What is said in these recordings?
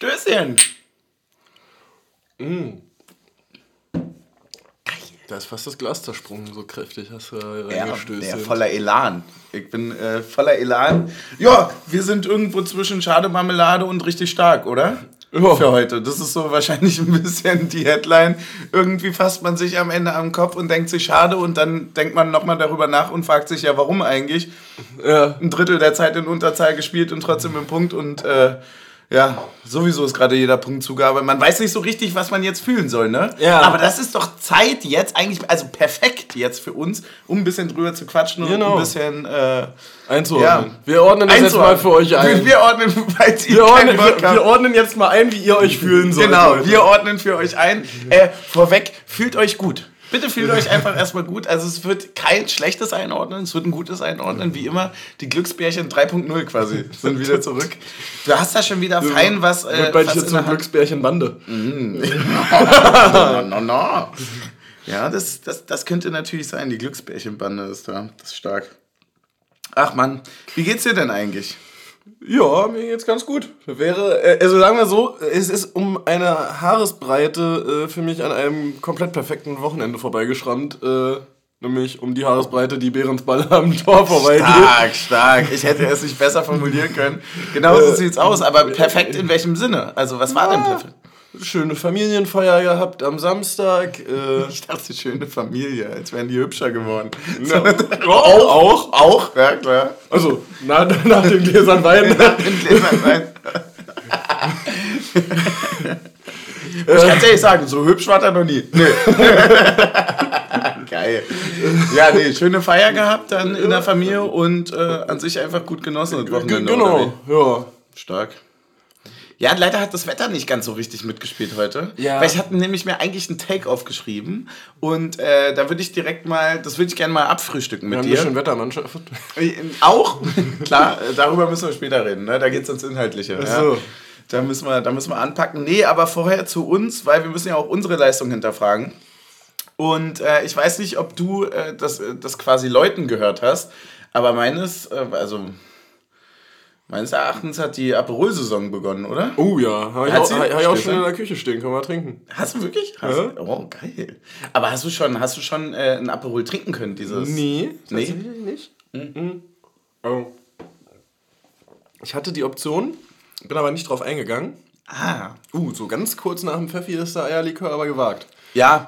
Stößchen. Da ist fast das Glas zersprungen, so kräftig hast du reingestößt. Ja, voller Elan. Ich bin voller Elan. Ja, wir sind irgendwo zwischen Schade-Marmelade und richtig stark, oder? Ja. Für heute. Das ist so wahrscheinlich ein bisschen die Headline. Irgendwie fasst man sich am Ende am Kopf und denkt sich schade und dann denkt man nochmal darüber nach und fragt sich, ja, warum eigentlich? Ja. Ein Drittel der Zeit in Unterzahl gespielt und trotzdem im Punkt und ja, sowieso ist gerade jeder Punkt Zugabe. Man weiß nicht so richtig, was man jetzt fühlen soll, ne? Ja. Aber das ist doch Zeit jetzt eigentlich, also perfekt jetzt für uns, um ein bisschen drüber zu quatschen und ein bisschen einzuordnen. Ja. Wir ordnen das jetzt mal für euch ein. Wir ordnen jetzt mal ein, wie ihr euch fühlen sollt. Genau, wir ordnen für euch ein. Vorweg, fühlt euch gut. Bitte fühlt euch einfach erstmal gut. Also es wird kein schlechtes Einordnen, es wird ein gutes Einordnen, wie immer. Die Glücksbärchen 3.0 quasi sind wieder zurück. Du hast da schon wieder fein was... Wird bald jetzt eine Glücksbärchenbande. No. Ja, das könnte natürlich sein. Die Glücksbärchenbande ist da. Das ist stark. Ach Mann, wie geht's dir denn eigentlich? Ja, mir geht's ganz gut. Also sagen wir so, es ist um eine Haaresbreite für mich an einem komplett perfekten Wochenende vorbeigeschrammt. Nämlich um die Haaresbreite, die Behrens Ball am Tor vorbeigeht. Stark. Ich hätte es nicht besser formulieren können. Genau so sieht's aus, aber perfekt in welchem Sinne? Also was war denn perfekt? Schöne Familienfeier gehabt am Samstag. Ich dachte, schöne Familie, als wären die hübscher geworden. Ja. Auch, ja klar. Also, nach den Gläsern Wein. Ich kann es ehrlich sagen, so hübsch war er noch nie. Nee. Geil. Ja, schöne Feier gehabt dann in der Familie und an sich einfach gut genossen und Wochenende. Genau, ja. Stark. Ja, leider hat das Wetter nicht ganz so richtig mitgespielt heute. Ja. Weil ich hatte nämlich mir eigentlich einen Take aufgeschrieben und da würde ich direkt mal, das würde ich gerne mal abfrühstücken mit dir. Wir haben eine Wettermannschaft. Auch? Klar, darüber müssen wir später reden, ne? Da geht es ins Inhaltliche. Ach so. Ja. Da müssen wir anpacken. Nee, aber vorher zu uns, weil wir müssen ja auch unsere Leistung hinterfragen. Und ich weiß nicht, ob du das quasi Läuten gehört hast, aber meines Erachtens hat die Aperol-Saison begonnen, oder? Oh ja, habe ich auch schon in der Küche stehen, können wir trinken. Hast du wirklich? Ja. Oh, geil. Aber hast du schon ein Aperol trinken können, dieses? Nee, tatsächlich nicht. Mhm. Oh. Ich hatte die Option, bin aber nicht drauf eingegangen. So ganz kurz nach dem Pfeffi ist der Eierlikör aber gewagt. Ja.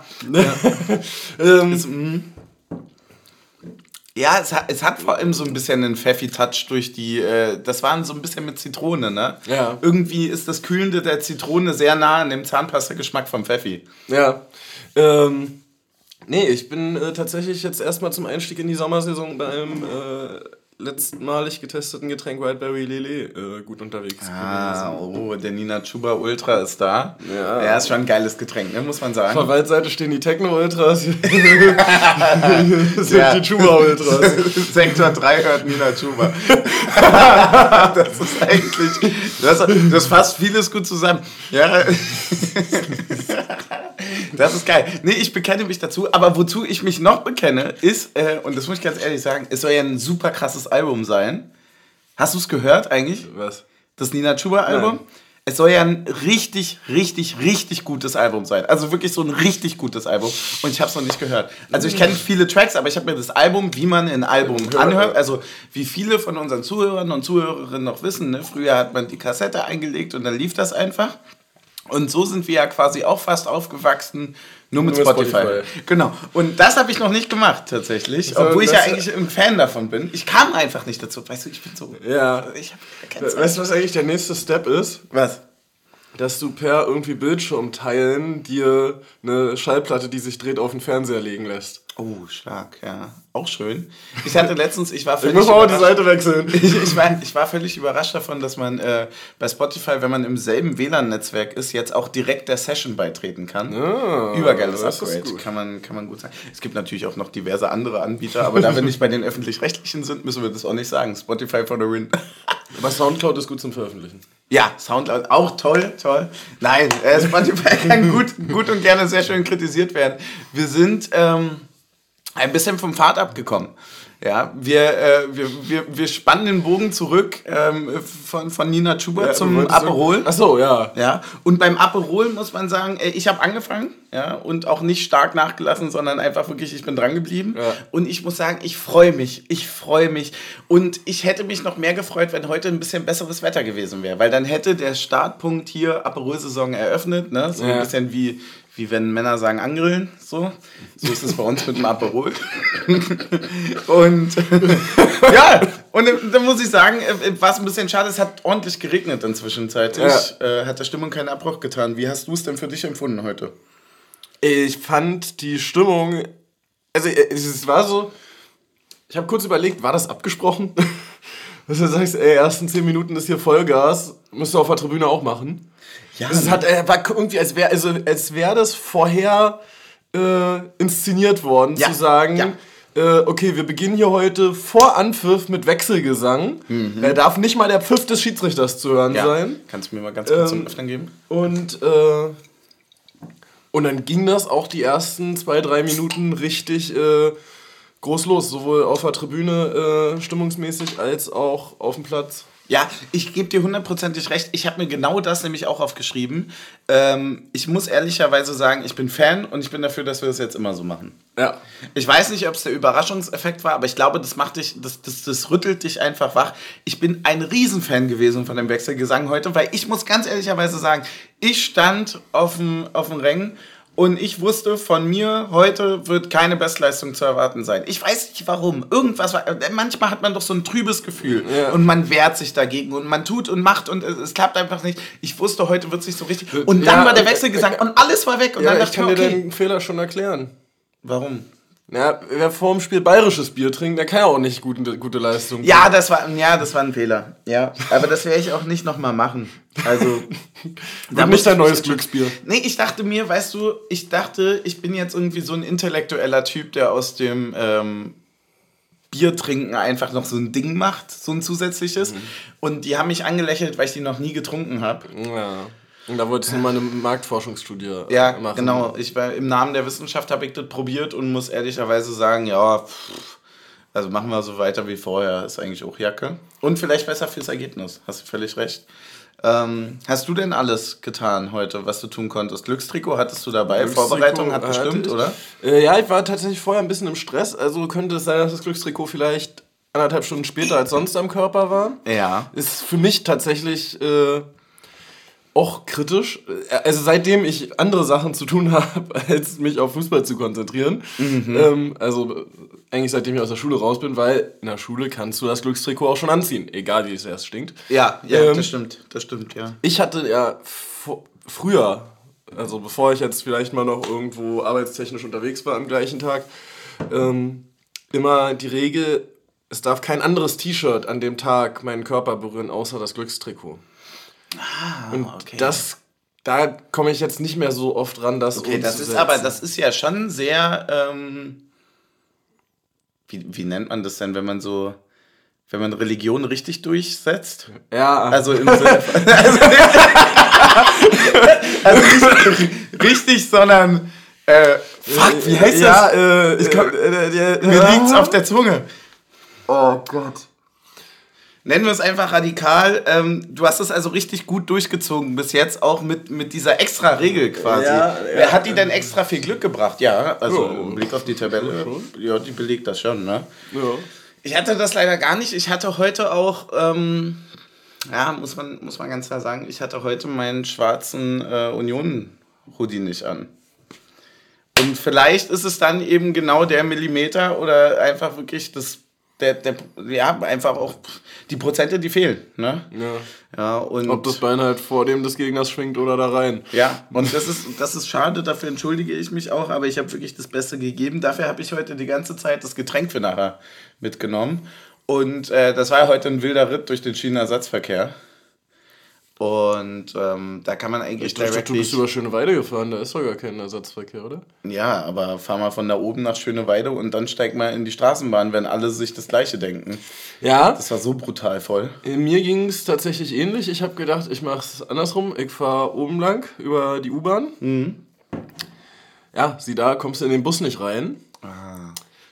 Ja, es hat vor allem so ein bisschen einen Pfeffi-Touch durch die, das waren so ein bisschen mit Zitrone, ne? Ja. Irgendwie ist das Kühlende der Zitrone sehr nah an dem Zahnpasta-Geschmack vom Pfeffi. Ja. Nee, ich bin tatsächlich jetzt erstmal zum Einstieg in die Sommersaison bei einem letztmalig getesteten Getränk Wildberry Lele gut unterwegs gewesen. Der Nina Chuba Ultra ist da. Ja. Der ist schon ein geiles Getränk, ne, muss man sagen. Auf der Waldseite stehen die Techno-Ultras. Das sind die Chuba-Ultras. Sektor 3 hört Nina Chuba. Das ist eigentlich... Das fasst vieles gut zusammen. Ja. Das ist geil. Nee, ich bekenne mich dazu, aber wozu ich mich noch bekenne, ist, und das muss ich ganz ehrlich sagen, es soll ja ein super krasses Album sein. Hast du es gehört eigentlich? Was? Das Nina Chuba-Album? Nein. Es soll ja ein richtig, richtig, richtig gutes Album sein. Also wirklich so ein richtig gutes Album. Und ich habe es noch nicht gehört. Also ich kenne viele Tracks, aber ich habe mir das Album, wie man ein Album anhört, also wie viele von unseren Zuhörern und Zuhörerinnen noch wissen, ne? Früher hat man die Kassette eingelegt und dann lief das einfach. Und so sind wir ja quasi auch fast aufgewachsen, nur mit Spotify. Genau. Und das habe ich noch nicht gemacht, tatsächlich. Obwohl ich ja eigentlich ein Fan davon bin. Ich kam einfach nicht dazu. Weißt du, ich bin so... Ja. Weißt du, was eigentlich der nächste Step ist? Was? Dass du per irgendwie Bildschirm teilen dir eine Schallplatte, die sich dreht, auf den Fernseher legen lässt. Oh, stark, ja. Auch schön. Ich hatte letztens, ich war völlig Ich muss mal die Seite wechseln. Ich war völlig überrascht davon, dass man bei Spotify, wenn man im selben WLAN-Netzwerk ist, jetzt auch direkt der Session beitreten kann. Übergeiles Upgrade, kann man gut sagen. Es gibt natürlich auch noch diverse andere Anbieter, aber da wir nicht bei den Öffentlich-Rechtlichen sind, müssen wir das auch nicht sagen. Spotify for the win. Aber Soundcloud ist gut zum Veröffentlichen. Ja, Soundcloud auch toll. Nein, Spotify kann gut und gerne sehr schön kritisiert werden. Wir sind ein bisschen vom Pfad abgekommen. Ja, wir spannen den Bogen zurück von Nina Chuba zum Aperol. Ach so, ja. Ja. Und beim Aperol muss man sagen, ich habe angefangen, ja, und auch nicht stark nachgelassen, sondern einfach wirklich, ich bin dran geblieben. Ja. Und ich muss sagen, ich freue mich. Und ich hätte mich noch mehr gefreut, wenn heute ein bisschen besseres Wetter gewesen wäre, weil dann hätte der Startpunkt hier Aperol-Saison eröffnet, ne? So ein bisschen wie wenn Männer sagen, angrillen, so ist es bei uns mit dem Aperol. Und ja, und dann muss ich sagen, war es ein bisschen schade, es hat ordentlich geregnet inzwischen zwischenzeitig. Hat der Stimmung keinen Abbruch getan. Wie hast du es denn für dich empfunden heute? Ich fand die Stimmung, also es war so, ich habe kurz überlegt, war das abgesprochen? Dass du sagst, ersten 10 Minuten ist hier Vollgas, müsst du auf der Tribüne auch machen. Ja, es war irgendwie, als wäre das vorher inszeniert worden, zu sagen, okay, wir beginnen hier heute vor Anpfiff mit Wechselgesang. Da darf nicht mal der Pfiff des Schiedsrichters zu hören sein. Kannst du mir mal ganz kurz zum Öffnen geben? Und dann ging das auch die ersten 2-3 Minuten richtig groß los, sowohl auf der Tribüne stimmungsmäßig als auch auf dem Platz. Ja, ich gebe dir 100%ig recht. Ich habe mir genau das nämlich auch aufgeschrieben. Ich muss ehrlicherweise sagen, ich bin Fan und ich bin dafür, dass wir das jetzt immer so machen. Ja. Ich weiß nicht, ob es der Überraschungseffekt war, aber ich glaube, das macht dich, das rüttelt dich einfach wach. Ich bin ein Riesenfan gewesen von dem Wechselgesang heute, weil ich muss ganz ehrlicherweise sagen, ich stand auf dem Rängen und ich wusste, von mir heute wird keine Bestleistung zu erwarten sein. Ich weiß nicht warum. Manchmal hat man doch so ein trübes Gefühl. Ja. Und man wehrt sich dagegen und man tut und macht und es klappt einfach nicht. Ich wusste, heute wird es nicht so richtig. Und dann war der Wechselgesang und alles war weg. Und dann dachte ich kann dir den Fehler schon erklären. Warum? Ja, wer vor dem Spiel bayerisches Bier trinkt, der kann ja auch nicht gute Leistung bringen. Ja, das war ein Fehler. Ja, aber das werde ich auch nicht nochmal machen. Also, da nicht dein neues Glücksbier. Nee, ich dachte mir, weißt du, ich bin jetzt irgendwie so ein intellektueller Typ, der aus dem Biertrinken einfach noch so ein Ding macht, so ein zusätzliches. Und die haben mich angelächelt, weil ich die noch nie getrunken habe. Ja. Und da wolltest du mal eine Marktforschungsstudie machen. Ja, genau. Im Namen der Wissenschaft habe ich das probiert und muss ehrlicherweise sagen, also machen wir so weiter wie vorher. Ist eigentlich auch Jacke. Und vielleicht besser fürs Ergebnis. Hast du völlig recht. Hast du denn alles getan heute, was du tun konntest? Glückstrikot hattest du dabei? Vorbereitung hat bestimmt, oder? Ja, ich war tatsächlich vorher ein bisschen im Stress. Also könnte es sein, dass das Glückstrikot vielleicht 1,5 Stunden später als sonst am Körper war. Ja. Ist für mich tatsächlich auch kritisch. Also seitdem ich andere Sachen zu tun habe, als mich auf Fußball zu konzentrieren. Also eigentlich seitdem ich aus der Schule raus bin, weil in der Schule kannst du das Glückstrikot auch schon anziehen, egal wie es erst stinkt. Ja, das stimmt, ja. Ich hatte ja früher, also bevor ich jetzt vielleicht mal noch irgendwo arbeitstechnisch unterwegs war am gleichen Tag, immer die Regel, es darf kein anderes T-Shirt an dem Tag meinen Körper berühren, außer das Glückstrikot. Und okay. Da komme ich jetzt nicht mehr so oft ran, das umzusetzen. Das ist ja schon sehr, wie nennt man das denn, wenn man Religion richtig durchsetzt? Ja. Also im Sinne von, also nicht richtig, sondern fuck, wie heißt das? Mir liegt's auf der Zunge. Oh Gott. Nennen wir es einfach radikal. Du hast es also richtig gut durchgezogen bis jetzt, auch mit dieser extra Regel quasi. Wer hat die denn extra viel Glück gebracht? Ja, also im Blick auf die Tabelle, ja, die belegt das schon, ne? Ja. Ich hatte das leider gar nicht. Ich hatte heute auch, muss man ganz klar sagen, ich hatte heute meinen schwarzen Union-Hoodie nicht an. Und vielleicht ist es dann eben genau der Millimeter oder einfach wirklich das einfach auch die Prozente, die fehlen, ne? Ja, und ob das Bein halt vor dem des Gegners schwingt oder da rein. Ja, und das ist schade, dafür entschuldige ich mich auch, aber ich habe wirklich das Beste gegeben. Dafür habe ich heute die ganze Zeit das Getränk für nachher mitgenommen. Und das war heute ein wilder Ritt durch den Schienenersatzverkehr. Und da kann man eigentlich direkt. Du bist über Schöneweide gefahren, da ist doch gar kein Ersatzverkehr, oder? Ja, aber fahr mal von da oben nach Schöneweide und dann steig mal in die Straßenbahn, wenn alle sich das Gleiche denken. Ja. Das war so brutal voll. Mir ging es tatsächlich ähnlich. Ich habe gedacht, ich mache es andersrum. Ich fahre oben lang über die U-Bahn. Ja, sieh da, kommst du in den Bus nicht rein.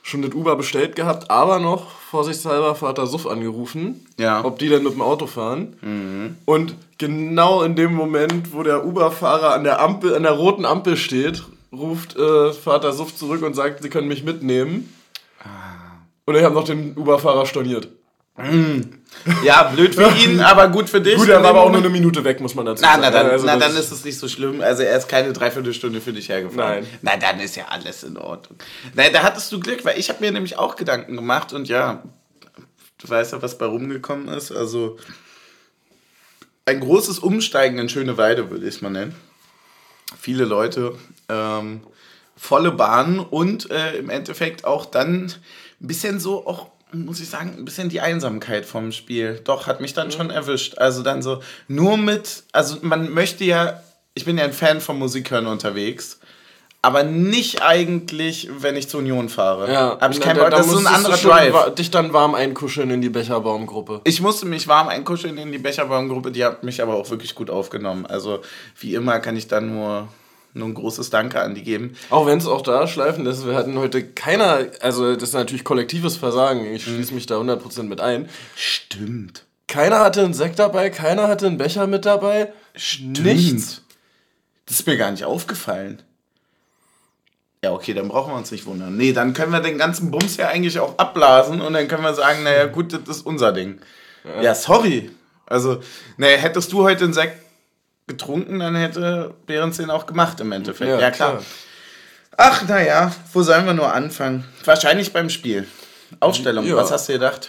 schon das Uber bestellt gehabt, aber noch vorsichtshalber Vater Suff angerufen, ob die denn mit dem Auto fahren. Mhm. Und genau in dem Moment, wo der Uber-Fahrer an der roten Ampel steht, ruft Vater Suff zurück und sagt, sie können mich mitnehmen. Und ich habe noch den Uber-Fahrer storniert. Ja, blöd für ihn, aber gut für dich. Gut, er war aber auch nur eine Minute weg, muss man dazu sagen. Dann ist es nicht so schlimm. Also er ist keine Dreiviertelstunde für dich hergefahren. Nein. Na, dann ist ja alles in Ordnung. Nein, da hattest du Glück, weil ich habe mir nämlich auch Gedanken gemacht und ja, du weißt ja, was bei rumgekommen ist. Also ein großes Umsteigen in Schöneweide, würde ich es mal nennen. Viele Leute, volle Bahn und im Endeffekt auch dann ein bisschen so auch, muss ich sagen, ein bisschen die Einsamkeit vom Spiel. Doch, hat mich dann schon erwischt. Also dann so, also man möchte ja, ich bin ja ein Fan vom Musikhören unterwegs, aber nicht eigentlich, wenn ich zur Union fahre. Ja, hab ich keinen Bock, das ist so ein anderer Drive. Dich dann warm einkuscheln in die Becherbaumgruppe. Ich musste mich warm einkuscheln in die Becherbaumgruppe, die hat mich aber auch wirklich gut aufgenommen. Also wie immer kann ich dann nur ein großes Danke an die geben. Auch wenn es auch da schleifen ist, wir hatten heute also das ist natürlich kollektives Versagen, ich schließe mich da 100% mit ein. Stimmt. Keiner hatte einen Sekt dabei, keiner hatte einen Becher mit dabei. Stimmt. Nichts. Das ist mir gar nicht aufgefallen. Ja, okay, dann brauchen wir uns nicht wundern. Nee, dann können wir den ganzen Bums ja eigentlich auch abblasen und dann können wir sagen, naja gut, das ist unser Ding. Ja, sorry. Also, hättest du heute einen Sekt getrunken, dann hätte Behrens den auch gemacht im Endeffekt. Ja, klar. Ach, naja, wo sollen wir nur anfangen? Wahrscheinlich beim Spiel. Ausstellung, was hast du gedacht?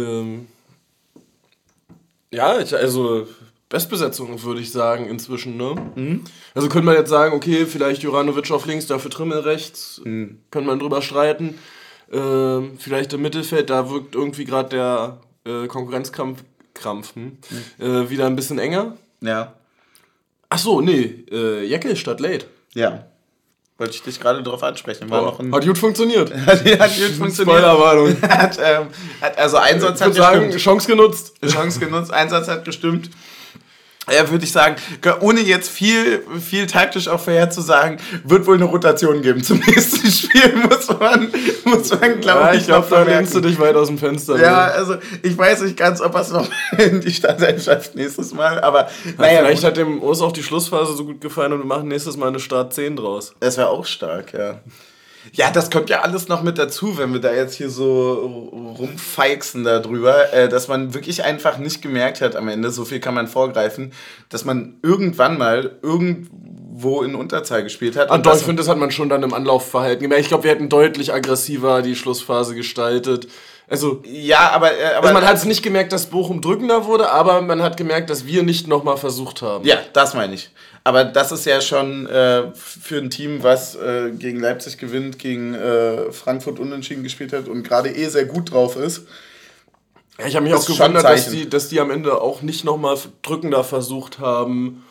Also Bestbesetzung würde ich sagen inzwischen, ne? Mhm. Also könnte man jetzt sagen, okay, vielleicht Juranovic auf links, dafür Trimmel rechts, könnte man drüber streiten. Vielleicht im Mittelfeld, da wirkt irgendwie gerade der Konkurrenzkampf wieder ein bisschen enger. Ja. Ach so, nee, Jekyll statt Late. Ja. Wollte ich dich gerade darauf ansprechen. Hat gut funktioniert. Hat gut funktioniert. Spoilerwarnung. Also Einsatz hat gestimmt. Chance genutzt, Einsatz hat gestimmt. Würde ich sagen, ohne jetzt viel taktisch auch vorherzusagen, wird wohl eine Rotation geben zum nächsten Spiel, muss man glaube ich, glaube, da lehnst du dich weit aus dem Fenster. Ja, also ich weiß nicht ganz, ob es noch in die Startelf nächstes Mal, aber vielleicht hat dem Urs auch die Schlussphase so gut gefallen und wir machen nächstes Mal eine Start 10 draus. Das wäre auch stark, ja. Ja, das kommt ja alles noch mit dazu, wenn wir da jetzt hier so rumfeixen darüber, dass man wirklich einfach nicht gemerkt hat am Ende, so viel kann man vorgreifen, dass man irgendwann mal irgendwo in Unterzahl gespielt hat. Doch, ich finde, das hat man schon dann im Anlaufverhalten gemerkt. Ich glaube, wir hätten deutlich aggressiver die Schlussphase gestaltet. Also, ja, aber man hat es nicht gemerkt, dass Bochum drückender wurde, aber man hat gemerkt, dass wir nicht nochmal versucht haben. Ja, das meine ich. Aber das ist ja schon für ein Team, was gegen Leipzig gewinnt, gegen Frankfurt unentschieden gespielt hat und gerade sehr gut drauf ist. Ja, ich habe mich auch gewundert, dass die am Ende auch nicht nochmal drückender versucht haben.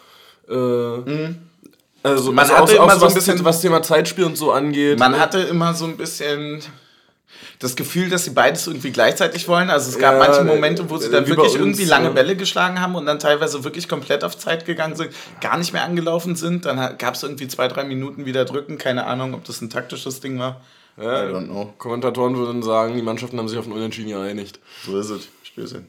Also man hatte immer so ein bisschen, was Thema Zeitspiel und so angeht. Man hatte immer so ein bisschen das Gefühl, dass sie beides irgendwie gleichzeitig wollen. Also es gab manche Momente, wo sie dann wirklich irgendwie lange Bälle geschlagen haben und dann teilweise wirklich komplett auf Zeit gegangen sind, gar nicht mehr angelaufen sind. Dann gab es irgendwie 2-3 Minuten wieder drücken. Keine Ahnung, ob das ein taktisches Ding war. Ja, I don't know. Kommentatoren würden sagen, die Mannschaften haben sich auf ein Unentschieden geeinigt. So ist es. Stößchen.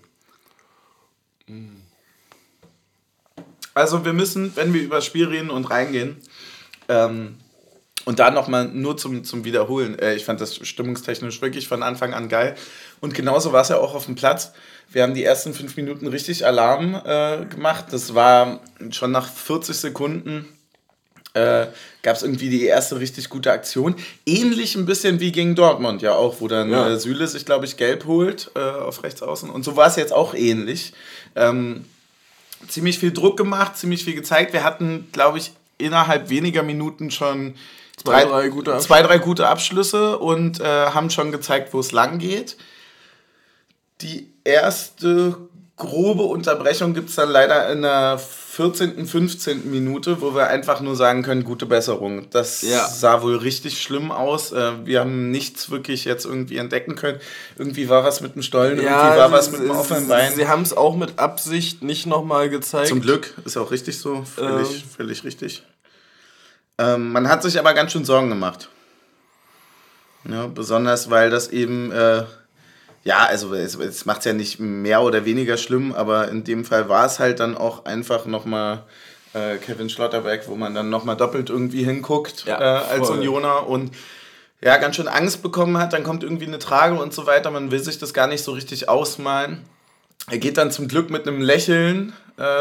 Also wir müssen, wenn wir über das Spiel reden und reingehen, und da nochmal nur zum Wiederholen. Ich fand das stimmungstechnisch wirklich von Anfang an geil. Und genauso war es ja auch auf dem Platz. Wir haben die ersten 5 Minuten richtig Alarm gemacht. Das war schon nach 40 Sekunden gab es irgendwie die erste richtig gute Aktion. Ähnlich ein bisschen wie gegen Dortmund ja auch, wo dann Süle sich, glaube ich, gelb holt auf rechts außen. Und so war es jetzt auch ähnlich. Ziemlich viel Druck gemacht, ziemlich viel gezeigt. Wir hatten, glaube ich, innerhalb weniger Minuten schon zwei, drei gute Abschlüsse und haben schon gezeigt, wo es lang geht. Die erste grobe Unterbrechung gibt es dann leider in der 14., 15. Minute, wo wir einfach nur sagen können, gute Besserung. Das sah wohl richtig schlimm aus. Wir haben nichts wirklich jetzt irgendwie entdecken können. Irgendwie war was mit dem Stollen, irgendwie war was mit dem offenen Bein. Sie haben es auch mit Absicht nicht nochmal gezeigt. Zum Glück, ist auch richtig so, völlig richtig. Man hat sich aber ganz schön Sorgen gemacht. Ja, besonders, weil das eben, ja, also es macht es ja nicht mehr oder weniger schlimm, aber in dem Fall war es halt dann auch einfach nochmal Kevin Schlotterbeck, wo man dann nochmal doppelt irgendwie hinguckt als Unioner und ja, ganz schön Angst bekommen hat, dann kommt irgendwie eine Trage und so weiter, man will sich das gar nicht so richtig ausmalen. Er geht dann zum Glück mit einem Lächeln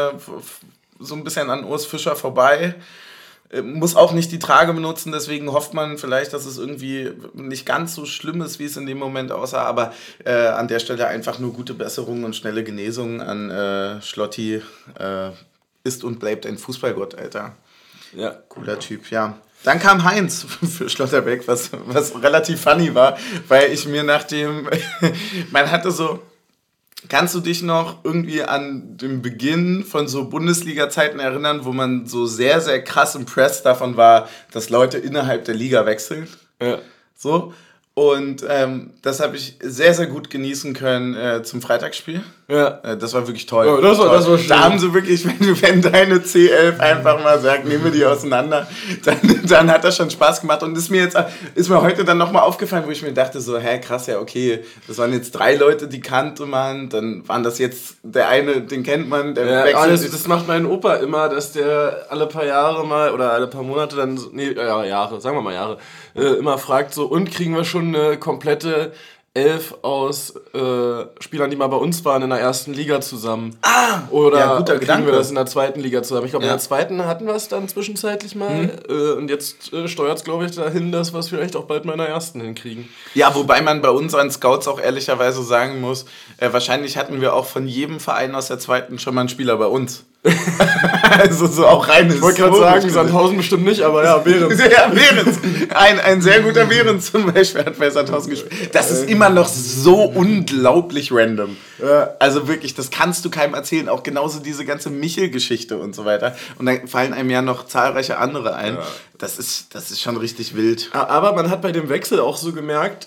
so ein bisschen an Urs Fischer vorbei. Muss auch nicht die Trage benutzen, deswegen hofft man vielleicht, dass es irgendwie nicht ganz so schlimm ist, wie es in dem Moment aussah, aber an der Stelle einfach nur gute Besserung und schnelle Genesung an Schlotti. Ist und bleibt ein Fußballgott, Alter. Ja. Cooler Typ, ja. Dann kam Heinz für Schlotterbeck, was relativ funny war, weil ich mir man hatte so, kannst du dich noch irgendwie an den Beginn von so Bundesliga-Zeiten erinnern, wo man so sehr, sehr krass impressed davon war, dass Leute innerhalb der Liga wechseln? Ja. So. Und das habe ich sehr, sehr gut genießen können zum Freitagsspiel. Ja. Das war wirklich toll. Oh, das war schön. Da haben sie wirklich, wenn deine C11 einfach mal sagt, nehmen wir die auseinander, dann hat das schon Spaß gemacht. Und ist mir heute dann nochmal aufgefallen, wo ich mir dachte so, krass, ja okay, das waren jetzt 3 Leute, die kannte man, dann waren das jetzt der eine, den kennt man, der wechselt. Das macht mein Opa immer, dass der alle paar Jahre mal, oder alle paar Monate dann, Jahre, sagen wir mal Jahre, immer fragt so, und kriegen wir schon eine komplette 11 aus Spielern, die mal bei uns waren in der ersten Liga zusammen. Oder ja, kriegen Gedanke. Wir das in der zweiten Liga zusammen? Ich glaube, in der zweiten hatten wir es dann zwischenzeitlich mal. Und jetzt steuert es, glaube ich, dahin, dass wir es vielleicht auch bald mal in der ersten hinkriegen. Ja, wobei man bei unseren Scouts auch ehrlicherweise sagen muss, wahrscheinlich hatten wir auch von jedem Verein aus der zweiten schon mal einen Spieler bei uns. Also so auch reines. Ich wollte gerade sagen, Sandhausen bestimmt nicht, aber ja, Behrens. Ja, Behrens. Ein sehr guter Behrens zum Beispiel hat bei Sandhausen gespielt. Das ist immer noch so unglaublich random. Ja. Also wirklich, das kannst du keinem erzählen. Auch genauso diese ganze Michel-Geschichte und so weiter. Und dann fallen einem ja noch zahlreiche andere ein. Ja. Das ist schon richtig wild. Aber man hat bei dem Wechsel auch so gemerkt,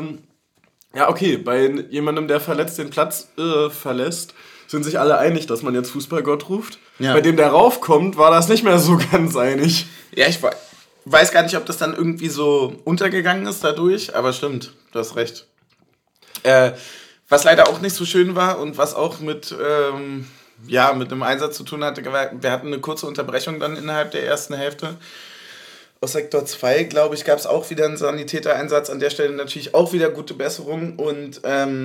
ja okay, bei jemandem, der verletzt den Platz verlässt, sind sich alle einig, dass man jetzt Fußballgott ruft. Ja. Bei dem, der raufkommt, war das nicht mehr so ganz einig. Ja, ich weiß gar nicht, ob das dann irgendwie so untergegangen ist dadurch, aber stimmt, du hast recht. Was leider auch nicht so schön war und was auch mit einem Einsatz zu tun hatte, wir hatten eine kurze Unterbrechung dann innerhalb der ersten Hälfte. Aus Sektor 2, glaube ich, gab es auch wieder einen Sanitätereinsatz. An der Stelle natürlich auch wieder gute Besserung und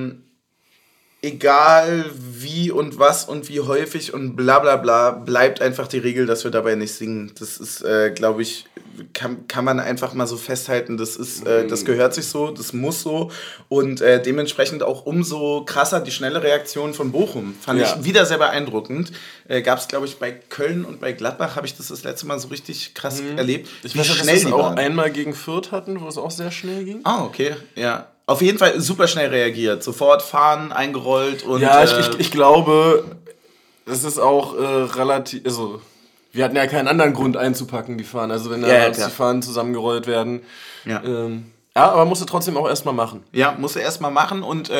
egal wie und was und wie häufig und bla bla bla, bleibt einfach die Regel, dass wir dabei nicht singen. Das ist, glaube ich, kann man einfach mal so festhalten, das gehört sich so, das muss so und dementsprechend auch umso krasser die schnelle Reaktion von Bochum. Fand ich wieder sehr beeindruckend. Gab es, glaube ich, bei Köln und bei Gladbach habe ich das letzte Mal so richtig krass erlebt. Ich weiß, dass wir es auch einmal gegen Fürth hatten, wo es auch sehr schnell ging. Ah, okay, ja. Auf jeden Fall super schnell reagiert. Sofort fahren, eingerollt und... Ja, ich glaube, es ist auch relativ... Also, wir hatten ja keinen anderen Grund einzupacken, die Fahnen. Also wenn die Fahnen zusammengerollt werden. Ja, aber musste trotzdem auch erstmal machen. Ja, musste erstmal machen und...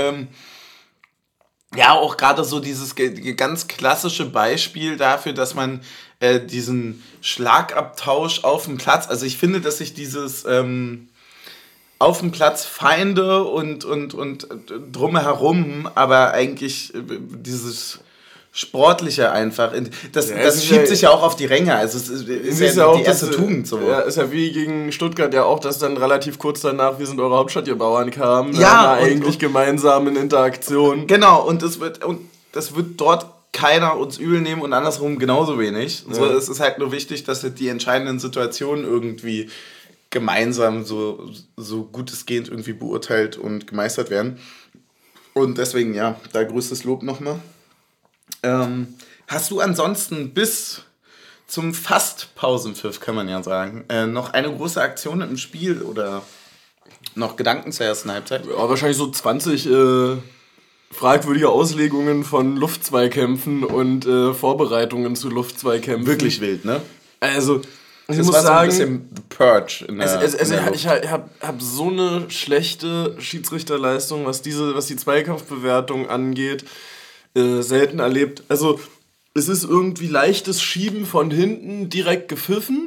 auch gerade so dieses ganz klassische Beispiel dafür, dass man diesen Schlagabtausch auf dem Platz... Also ich finde, dass sich dieses... auf dem Platz Feinde und drumherum, aber eigentlich dieses Sportliche einfach. Das schiebt sich ja auch auf die Ränge. Also es ist ja die erste Tugend. So. Ja, ist ja wie gegen Stuttgart ja auch, dass dann relativ kurz danach wir sind eure Hauptstadt, ihr Bauern kamen. Ja. Eigentlich gemeinsam in Interaktion. Genau, und das wird dort keiner uns übel nehmen und andersrum genauso wenig. Ja. So, es ist halt nur wichtig, dass die entscheidenden Situationen irgendwie gemeinsam so gut es geht irgendwie beurteilt und gemeistert werden. Und deswegen, ja, da größtes Lob nochmal. Hast du ansonsten bis zum fast Pausenpfiff, kann man ja sagen, noch eine große Aktion im Spiel oder noch Gedanken zur ersten Halbzeit? Ja, wahrscheinlich so 20 fragwürdige Auslegungen von Luftzweikämpfen und Vorbereitungen zu Luftzweikämpfen. Wirklich wild, ne? Also... Ich muss sagen, so ein bisschen The Purge. Ich hab so eine schlechte Schiedsrichterleistung, was die Zweikampfbewertung angeht, selten erlebt. Also es ist irgendwie leichtes Schieben von hinten direkt gepfiffen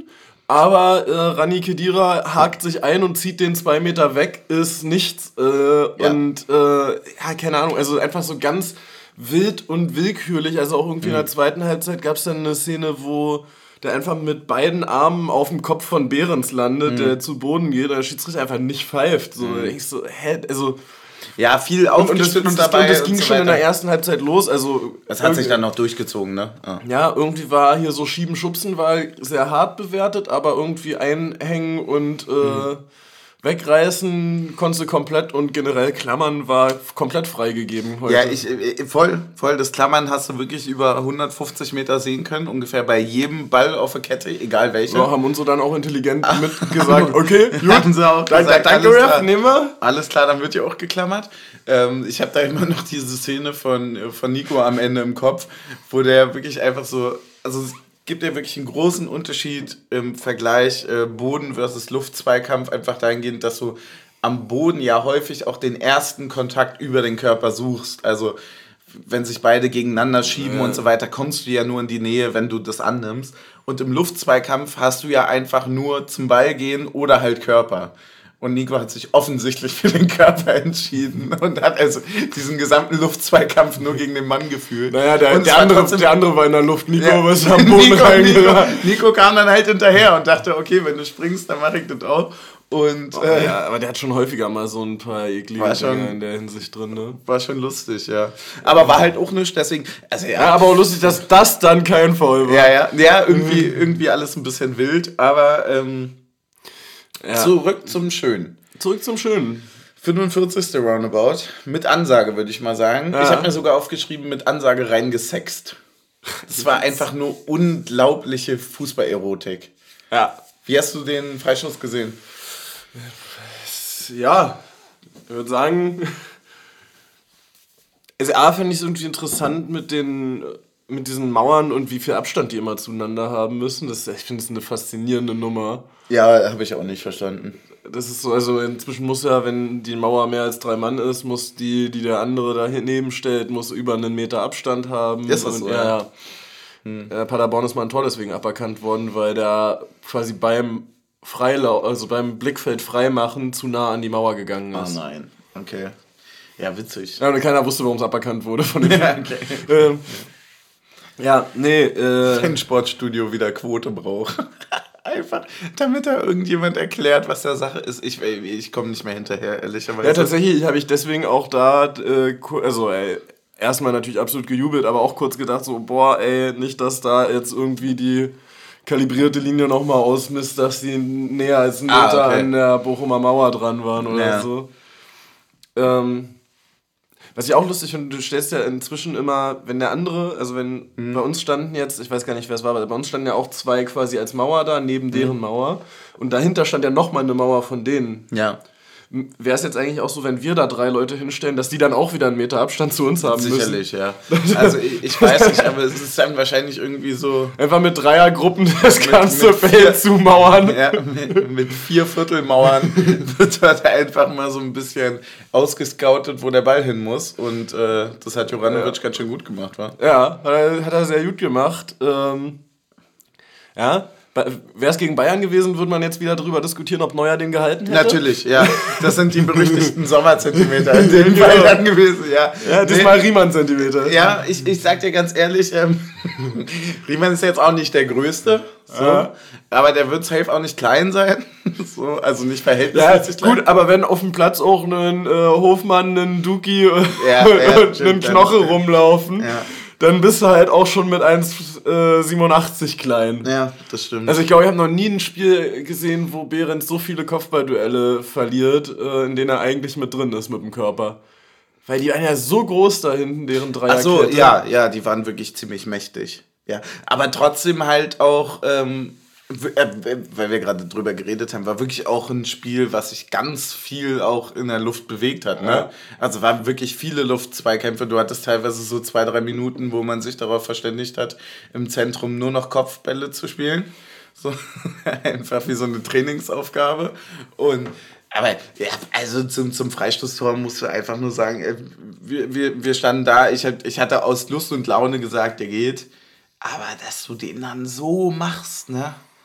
Aber Rani Khedira hakt sich ein und zieht den 2 Meter weg, ist nichts. Und keine Ahnung, also einfach so ganz wild und willkürlich. Also auch irgendwie in der zweiten Halbzeit gab es dann eine Szene, wo der einfach mit beiden Armen auf dem Kopf von Behrens landet, der zu Boden geht, der Schiedsrichter einfach nicht pfeift. So, da denk ich so, also... Ja, viel aufgestützt dabei. Und das ging schon in der ersten Halbzeit los. Also das hat sich dann noch durchgezogen, ne? Ja, irgendwie war hier so Schieben, Schubsen war sehr hart bewertet, aber irgendwie einhängen und wegreißen konntest du komplett und generell Klammern war komplett freigegeben heute. Ja, voll. Das Klammern hast du wirklich über 150 Meter sehen können, ungefähr bei jedem Ball auf der Kette, egal welcher. Ja, haben uns so dann auch intelligent mitgesagt, okay, gut, haben sie auch gesagt, danke, Ref, nehmen wir. Alles klar, dann wird ja auch geklammert. Ich habe da immer noch diese Szene von Nico am Ende im Kopf, wo der wirklich einfach so, also es gibt ja wirklich einen großen Unterschied im Vergleich Boden versus Luftzweikampf, einfach dahingehend, dass du am Boden ja häufig auch den ersten Kontakt über den Körper suchst. Also wenn sich beide gegeneinander schieben und so weiter, kommst du ja nur in die Nähe, wenn du das annimmst. Und im Luftzweikampf hast du ja einfach nur zum Ball gehen oder halt Körper. Und Nico hat sich offensichtlich für den Körper entschieden und hat also diesen gesamten Luftzweikampf nur gegen den Mann gefühlt. Naja, der andere war in der Luft, Nico ist am Boden reingerannt. Nico kam dann halt hinterher und dachte, okay, wenn du springst, dann mache ich das auch. Und, aber der hat schon häufiger mal so ein paar eklige Dinge in der Hinsicht drin, ne? War schon lustig, ja. Aber war halt auch nicht, deswegen... Also, ja, aber auch lustig, dass das dann kein Foul war. Ja, irgendwie alles ein bisschen wild, aber... Zurück zum Schönen. 45. Roundabout. Mit Ansage, würde ich mal sagen. Ja. Ich habe mir sogar aufgeschrieben, mit Ansage reingesext. Das war einfach nur unglaubliche Fußballerotik. Ja. Wie hast du den Freistoß gesehen? Ja, ich würde sagen... Also A, finde ich es irgendwie interessant mit diesen Mauern und wie viel Abstand die immer zueinander haben müssen. Ich finde es eine faszinierende Nummer. Ja, habe ich auch nicht verstanden. Das ist so, also inzwischen muss ja, wenn die Mauer mehr als 3 Mann ist, muss die der andere daneben stellt, muss über 1 Meter Abstand haben. Ist das so? Ja. Paderborn ist mal ein Tor deswegen aberkannt worden, weil der quasi beim Blickfeld freimachen zu nah an die Mauer gegangen ist. Oh nein, okay. Ja, witzig. Ja, und keiner wusste, warum es aberkannt wurde von dem. Ja, okay. Wenn Sportstudio wieder Quote braucht. Einfach, damit da irgendjemand erklärt, was der Sache ist. Ich komme nicht mehr hinterher, ehrlicherweise. Ja, tatsächlich habe ich deswegen auch da, erstmal natürlich absolut gejubelt, aber auch kurz gedacht so, nicht, dass da jetzt irgendwie die kalibrierte Linie nochmal ausmisst, dass sie näher als 1 Meter an der Bochumer Mauer dran waren oder so. Was ich auch lustig finde, du stellst ja inzwischen immer, wenn der andere, also wenn bei uns standen jetzt, ich weiß gar nicht, wer es war, aber bei uns standen ja auch 2 quasi als Mauer da, neben deren Mauer. Und dahinter stand ja nochmal eine Mauer von denen. Ja. Wäre es jetzt eigentlich auch so, wenn wir da 3 Leute hinstellen, dass die dann auch wieder 1 Meter Abstand zu uns haben Sicherlich, müssen? Sicherlich, ja. Also ich weiß nicht, aber es ist dann wahrscheinlich irgendwie so... Einfach mit Dreiergruppen das ganze Feld zumauern. Ja, mit 4/4 Mauern wird dort einfach mal so ein bisschen ausgescoutet, wo der Ball hin muss. Und das hat Juranovic ganz schön gut gemacht, wa? Ja, hat er sehr gut gemacht. Wäre es gegen Bayern gewesen, würde man jetzt wieder darüber diskutieren, ob Neuer den gehalten hätte? Natürlich, ja. Das sind die berüchtigten Sommerzentimeter in dem Fall dann gewesen, ja. Ja, diesmal Riemann-Zentimeter. Ja, ich sag dir ganz ehrlich, Riemann ist jetzt auch nicht der Größte, so, aber der wird safe auch nicht klein sein, so, also nicht verhältnismäßig klein. Gut, aber wenn auf dem Platz auch ein Hofmann, ein Duki und ein Knoche rumlaufen... Ja. Dann bist du halt auch schon mit 1,87 klein. Ja, das stimmt. Also ich glaube, ich habe noch nie ein Spiel gesehen, wo Behrens so viele Kopfballduelle verliert, in denen er eigentlich mit drin ist mit dem Körper. Weil die waren ja so groß da hinten, deren Dreierkette. Ach so, ja, die waren wirklich ziemlich mächtig. Ja, aber trotzdem halt auch, weil wir gerade drüber geredet haben, war wirklich auch ein Spiel, was sich ganz viel auch in der Luft bewegt hat. Ne? Ja. Also waren wirklich viele Luftzweikämpfe. Du hattest teilweise so 2-3 Minuten, wo man sich darauf verständigt hat, im Zentrum nur noch Kopfbälle zu spielen. So einfach wie so eine Trainingsaufgabe. Aber ja, also zum Freistoßtor musst du einfach nur sagen, wir standen da, ich hatte aus Lust und Laune gesagt, der geht. Aber dass du den dann so machst, ne?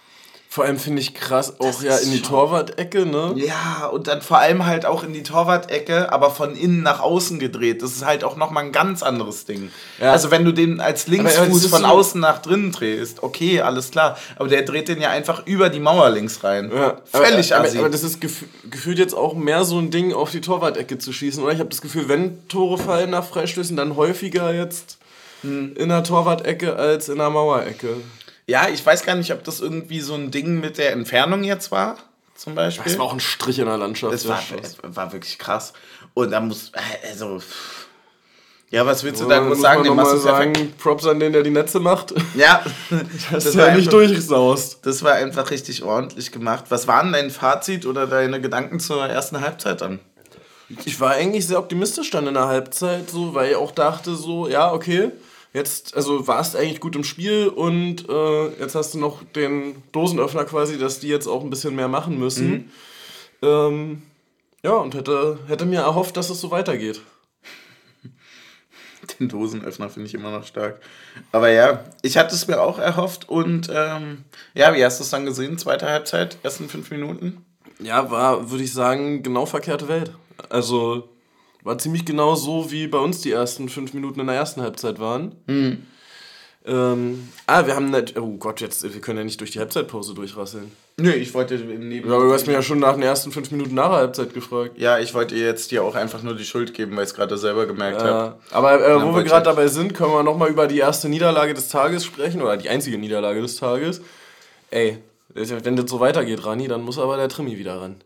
Vor allem finde ich krass, auch ja in die Torwart-Ecke, ne? Ja, und dann vor allem halt auch in die Torwart-Ecke, aber von innen nach außen gedreht. Das ist halt auch nochmal ein ganz anderes Ding. Ja. Also wenn du den als Linksfuß von außen nach drinnen drehst, okay, alles klar. Aber der dreht den ja einfach über die Mauer links rein. Ja. Völlig assi. Aber das ist gefühlt jetzt auch mehr so ein Ding, auf die Torwart-Ecke zu schießen, oder? Ich habe das Gefühl, wenn Tore fallen nach Freistößen, dann häufiger jetzt in der Torwart-Ecke als in der Mauerecke. Ja, ich weiß gar nicht, ob das irgendwie so ein Ding mit der Entfernung jetzt war, zum Beispiel. Das war auch ein Strich in der Landschaft. Das war wirklich krass. Und da muss, also, ja, was willst du da groß sagen? Den machst du sagen, Props an den, der die Netze macht. Ja. das war nicht durchsaust. Das war einfach richtig ordentlich gemacht. Was war denn dein Fazit oder deine Gedanken zur ersten Halbzeit dann? Ich war eigentlich sehr optimistisch dann in der Halbzeit, so, weil ich auch dachte so, ja, okay, jetzt, also warst eigentlich gut im Spiel und jetzt hast du noch den Dosenöffner quasi, dass die jetzt auch ein bisschen mehr machen müssen. Ja, und hätte mir erhofft, dass es so weitergeht. Den Dosenöffner finde ich immer noch stark. Aber ja, ich hatte es mir auch erhofft und ja, wie hast du es dann gesehen? Zweite Halbzeit, ersten 5 Minuten? Ja, war, würde ich sagen, genau verkehrte Welt. Also war ziemlich genau so, wie bei uns die ersten 5 Minuten in der ersten Halbzeit waren. Wir haben nicht, oh Gott, wir können ja nicht durch die Halbzeitpause durchrasseln. Nö, ich wollte aber du hast mir ja schon nach den ersten 5 Minuten nach der Halbzeit gefragt. Ja, ich wollte jetzt dir auch einfach nur die Schuld geben, weil ich es gerade selber gemerkt habe. Aber wo wir gerade dabei sind, können wir nochmal über die erste Niederlage des Tages sprechen, oder die einzige Niederlage des Tages. Ey, wenn das so weitergeht, Rani, dann muss aber der Trimmi wieder ran.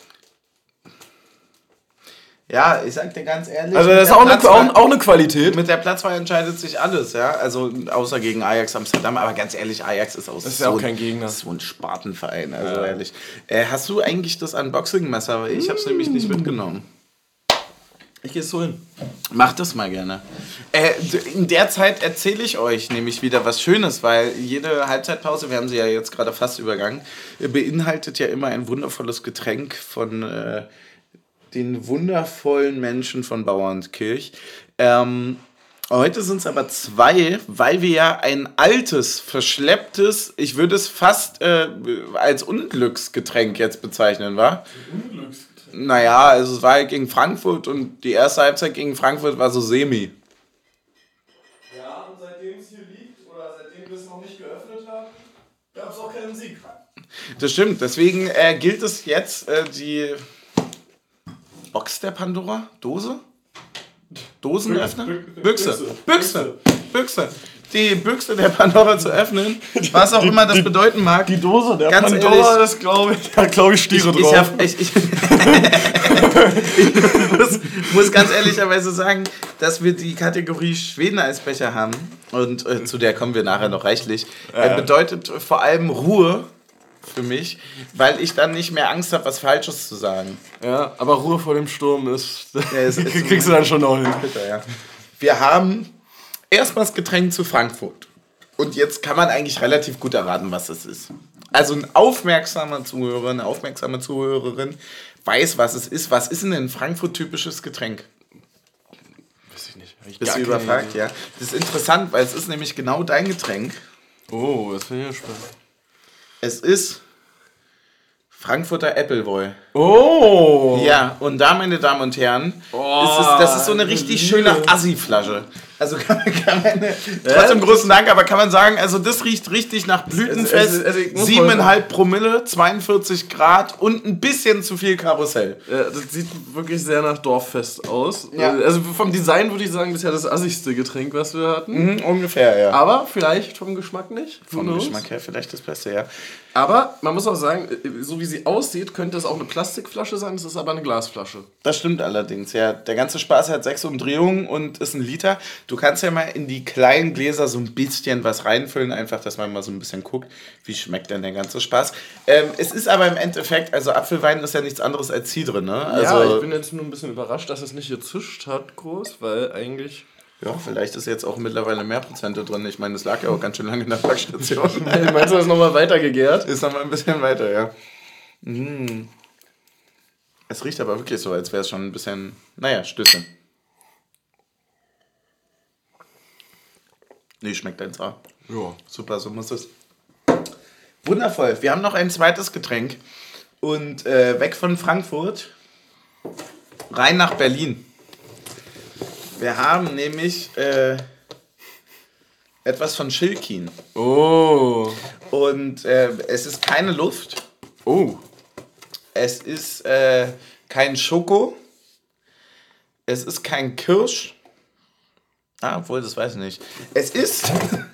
Ja, ich sag dir ganz ehrlich. Also das ist auch eine Qualität. Mit der Platzwahl entscheidet sich alles, ja. Also außer gegen Ajax Amsterdam, aber ganz ehrlich, Ajax ist auch, ist ja auch kein Gegner. So ein Spartenverein, also ehrlich. Hast du eigentlich das Unboxing-Messer? Ich hab's nämlich nicht mitgenommen. Ich geh's holen. Mach das mal gerne. In der Zeit erzähle ich euch nämlich wieder was Schönes, weil jede Halbzeitpause, wir haben sie ja jetzt gerade fast übergangen, beinhaltet ja immer ein wundervolles Getränk von den wundervollen Menschen von Bauernkirch. Heute sind es aber 2, weil wir ja ein altes, verschlepptes, ich würde es fast als Unglücksgetränk jetzt bezeichnen, wa? Unglücksgetränk? Naja, also es war halt gegen Frankfurt und die erste Halbzeit gegen Frankfurt war so semi. Ja, und seitdem es hier liegt, oder seitdem wir es noch nicht geöffnet haben, gab es auch keinen Sieg. Das stimmt, deswegen gilt es jetzt, die Box der Pandora? Dose? Dosenöffner? Büchse. Die Büchse der Pandora zu öffnen, was auch immer das bedeuten mag. Die Dose der ganz Pandora, ehrlich, das glaube ich, Stiere drauf. Ich muss ganz ehrlicherweise sagen, dass wir die Kategorie Schweden-Eisbecher haben und zu der kommen wir nachher noch reichlich. Bedeutet vor allem Ruhe für mich, weil ich dann nicht mehr Angst habe, was Falsches zu sagen. Ja, aber Ruhe vor dem Sturm ist kriegst du dann schon noch hin. Ja. Wir haben erstmal das Getränk zu Frankfurt. Und jetzt kann man eigentlich relativ gut erraten, was es ist. Also ein aufmerksamer Zuhörer, eine aufmerksame Zuhörerin weiß, was es ist. Was ist denn ein Frankfurt-typisches Getränk? Weiß ich nicht. Bist du überfragt, ja? Das ist interessant, weil es ist nämlich genau dein Getränk. Oh, das finde ich ja spannend. Es ist Frankfurter Appleboy. Oh! Ja, und da, meine Damen und Herren, das ist so eine richtig schöne Assi-Flasche. Also kann man trotzdem großen Dank, aber kann man sagen, also das riecht richtig nach Blütenfest, 7,5 Promille, 42 Grad und ein bisschen zu viel Karussell. Ja, das sieht wirklich sehr nach Dorffest aus. Ja. Also vom Design würde ich sagen, das ist ja das assigste Getränk, was wir hatten. Ungefähr, ja. Aber vielleicht vom Geschmack nicht. Vom Geschmack her vielleicht das Beste, ja. Aber man muss auch sagen, so wie sie aussieht, könnte es auch eine Plastikflasche sein, es ist aber eine Glasflasche. Das stimmt allerdings, ja. Der ganze Spaß hat 6 Umdrehungen und ist 1 Liter. Du kannst ja mal in die kleinen Gläser so ein bisschen was reinfüllen, einfach, dass man mal so ein bisschen guckt, wie schmeckt denn der ganze Spaß. Es ist aber im Endeffekt, also Apfelwein ist ja nichts anderes als Cidre, ne? Also, ja, ich bin jetzt nur ein bisschen überrascht, dass es nicht gezischt hat groß, weil eigentlich... Ja, vielleicht ist jetzt auch mittlerweile mehr Prozente drin. Ich meine, das lag ja auch ganz schön lange in der Packstation. Meinst du, das ist nochmal weitergegärt? Ist nochmal ein bisschen weiter, ja. Es riecht aber wirklich so, als wäre es schon ein bisschen, Stöße. Nee, schmeckt 1A. Ja. Super, so muss es. Wundervoll. Wir haben noch ein zweites Getränk. Und weg von Frankfurt, rein nach Berlin. Wir haben nämlich etwas von Schilkin. Oh. Und es ist keine Luft. Oh. Es ist kein Schoko. Es ist kein Kirsch. Obwohl, das weiß ich nicht. Es ist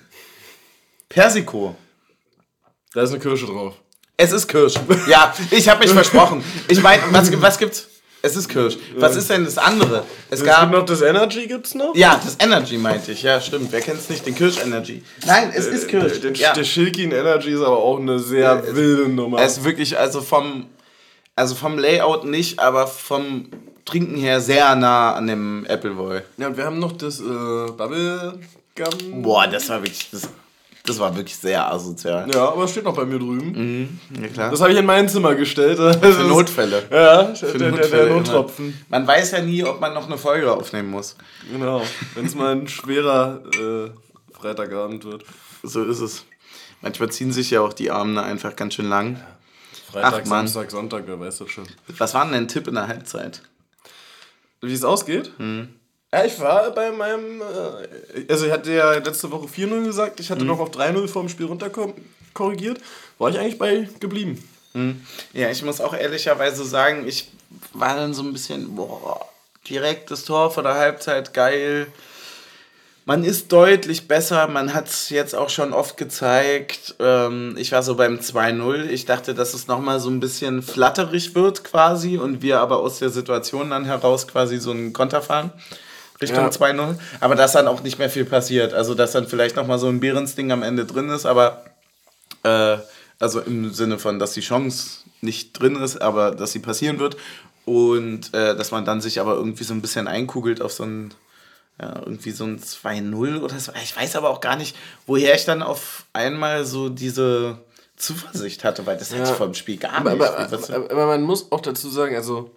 Persiko. Da ist eine Kirsche drauf. Es ist Kirsch. Ja, ich habe mich versprochen. Ich meine, was gibt's? Es ist Kirsch. Was ist denn das andere? Es gab noch das Energy, gibt's noch? Ja, das Energy meinte ich. Ja, stimmt. Wer kennt's nicht? Den Kirsch-Energy. Nein, es ist Kirsch. Der Schilkin Energy ist aber auch eine sehr wilde Nummer. Es ist wirklich, also vom Layout nicht, aber vom Trinken her sehr nah an dem Appleboy. Ja, und wir haben noch das Bubblegum. Boah, das war wirklich sehr asozial. Ja, aber es steht noch bei mir drüben. Ja, klar. Das habe ich in mein Zimmer gestellt. Für Notfälle. Ja, für der Nottropfen. Man weiß ja nie, ob man noch eine Folge aufnehmen muss. Genau, wenn es mal ein schwerer Freitagabend wird. So ist es. Manchmal ziehen sich ja auch die Abende einfach ganz schön lang. Freitag, Samstag, Sonntag, wer weiß das schon. Was war denn dein Tipp in der Halbzeit? Wie es ausgeht? Ja, ich war bei meinem, also ich hatte ja letzte Woche 4-0 gesagt, ich hatte noch auf 3-0 vor dem Spiel runter korrigiert, war ich eigentlich bei geblieben. Ja, ich muss auch ehrlicherweise sagen, ich war dann so ein bisschen, direkt das Tor vor der Halbzeit, geil. Man ist deutlich besser, man hat es jetzt auch schon oft gezeigt. Ich war so beim 2-0. Ich dachte, dass es nochmal so ein bisschen flatterig wird quasi und wir aber aus der Situation dann heraus quasi so einen Konter fahren. Richtung 2-0. Aber dass dann auch nicht mehr viel passiert. Also, dass dann vielleicht nochmal so ein Behrens-Ding am Ende drin ist, aber also im Sinne von, dass die Chance nicht drin ist, aber dass sie passieren wird. Und dass man dann sich aber irgendwie so ein bisschen einkugelt auf so ein irgendwie so ein 2-0 oder so. Ich weiß aber auch gar nicht, woher ich dann auf einmal so diese Zuversicht hatte, weil das hatte ich vor dem Spiel gar nicht. Aber man muss auch dazu sagen, also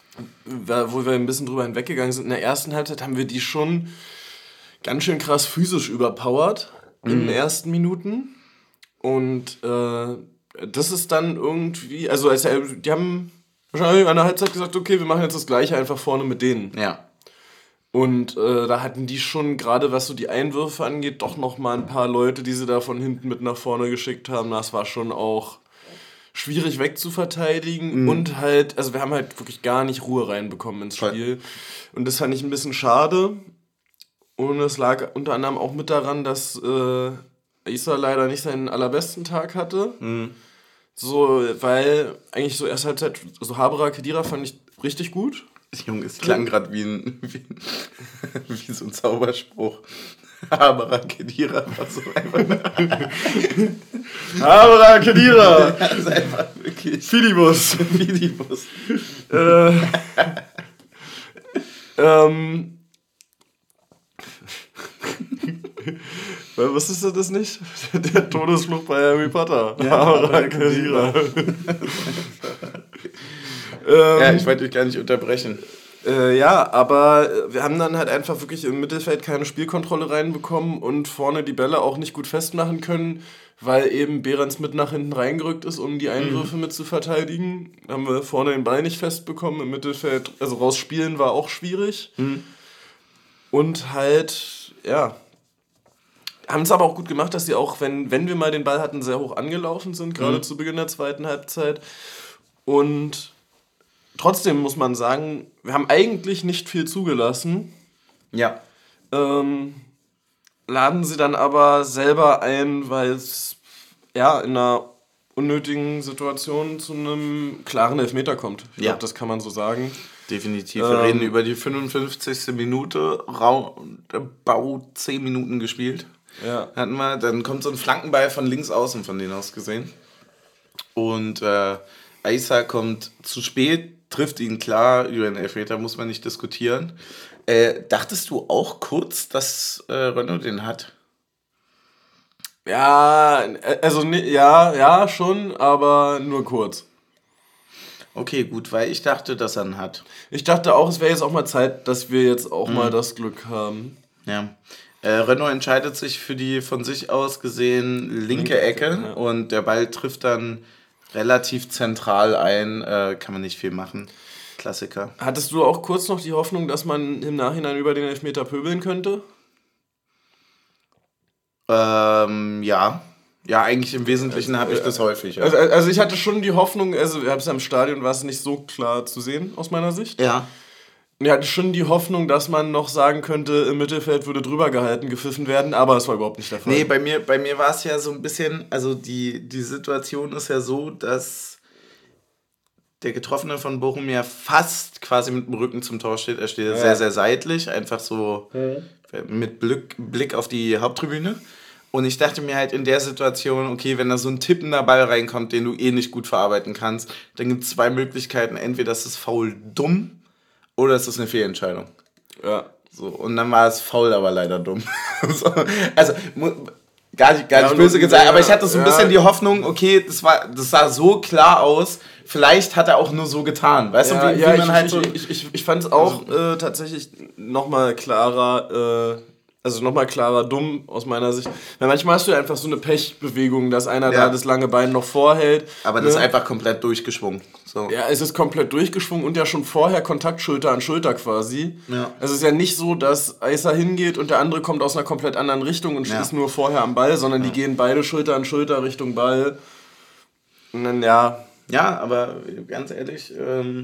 wo wir ein bisschen drüber hinweggegangen sind, in der ersten Halbzeit haben wir die schon ganz schön krass physisch überpowert in den ersten Minuten. Und das ist dann irgendwie, also die haben wahrscheinlich an der Halbzeit gesagt, okay, wir machen jetzt das Gleiche einfach vorne mit denen. Ja. Und da hatten die schon, gerade was so die Einwürfe angeht, doch noch mal ein paar Leute, die sie da von hinten mit nach vorne geschickt haben. Das war schon auch schwierig wegzuverteidigen. Und halt, also wir haben halt wirklich gar nicht Ruhe reinbekommen ins Spiel. Und das fand ich ein bisschen schade. Und es lag unter anderem auch mit daran, dass Issa leider nicht seinen allerbesten Tag hatte. So, weil eigentlich so erst Halbzeit, so Haberer Khedira fand ich richtig gut. Junge, es klang gerade wie so ein Zauberspruch. Haberer Khedira war so einfach. Haberer Khedira! Das ist einfach wirklich. Fidibus. Wusstest du das nicht? Der Todesfluch bei Harry Potter. Ja, Haberer Khedira. Ja, ich wollte dich gar nicht unterbrechen. Ja, aber wir haben dann halt einfach wirklich im Mittelfeld keine Spielkontrolle reinbekommen und vorne die Bälle auch nicht gut festmachen können, weil eben Behrens mit nach hinten reingerückt ist, um die Einwürfe mit zu verteidigen. Haben wir vorne den Ball nicht festbekommen, im Mittelfeld, also rausspielen war auch schwierig. Und halt, ja, haben es aber auch gut gemacht, dass sie auch, wenn wir mal den Ball hatten, sehr hoch angelaufen sind, gerade zu Beginn der zweiten Halbzeit. Und trotzdem muss man sagen, wir haben eigentlich nicht viel zugelassen. Ja. Laden sie dann aber selber ein, weil es in einer unnötigen Situation zu einem klaren Elfmeter kommt. Ich glaube, das kann man so sagen. Definitiv. Wir reden über die 55. Minute, Bau 10 Minuten gespielt. Ja. Hatten wir. Dann kommt so ein Flankenball von links außen, von denen aus gesehen. Und Aissa kommt zu spät, trifft ihn klar, über den Elfmeter muss man nicht diskutieren. Dachtest du auch kurz, dass Renault den hat? Ja, also ja, schon, aber nur kurz. Okay, gut, weil ich dachte, dass er ihn hat. Ich dachte auch, es wäre jetzt auch mal Zeit, dass wir jetzt auch mal das Glück haben. Ja, Renault entscheidet sich für die von sich aus gesehen linke Ecke und der Ball trifft dann relativ zentral ein. Kann man nicht viel machen. Klassiker. Hattest du auch kurz noch die Hoffnung, dass man im Nachhinein über den Elfmeter pöbeln könnte? Ja. Ja, eigentlich im Wesentlichen habe ich das häufig. Ja. Also ich hatte schon die Hoffnung, also wir haben es ja im Stadion, war es nicht so klar zu sehen aus meiner Sicht. Ja. Und ich hatte schon die Hoffnung, dass man noch sagen könnte, im Mittelfeld würde drüber gehalten, gepfiffen werden, aber es war überhaupt nicht der Fall. Nee, bei mir war es ja so ein bisschen, also die Situation ist ja so, dass der Getroffene von Bochum ja fast quasi mit dem Rücken zum Tor steht. Er steht sehr, sehr seitlich, einfach so mit Blick auf die Haupttribüne. Und ich dachte mir halt in der Situation, okay, wenn da so ein tippender Ball reinkommt, den du eh nicht gut verarbeiten kannst, dann gibt es zwei Möglichkeiten. Entweder ist das Foul dumm oder ist das eine Fehlentscheidung. Ja. So, und dann war es Foul, aber leider dumm. So, also, gar nicht böse gesagt, aber ich hatte so ein bisschen die Hoffnung, okay, das sah so klar aus, vielleicht hat er auch nur so getan. Weißt du, wie man halt so... Ich fand es auch tatsächlich nochmal klarer... nochmal klarer dumm aus meiner Sicht. Weil manchmal hast du ja einfach so eine Pechbewegung, dass einer da das lange Bein noch vorhält. Aber das ist einfach komplett durchgeschwungen. So. Ja, es ist komplett durchgeschwungen und ja schon vorher Kontakt Schulter an Schulter quasi. Ja. Es ist ja nicht so, dass Aissa hingeht und der andere kommt aus einer komplett anderen Richtung und ist nur vorher am Ball, sondern die gehen beide Schulter an Schulter Richtung Ball. Und dann Ja, aber ganz ehrlich...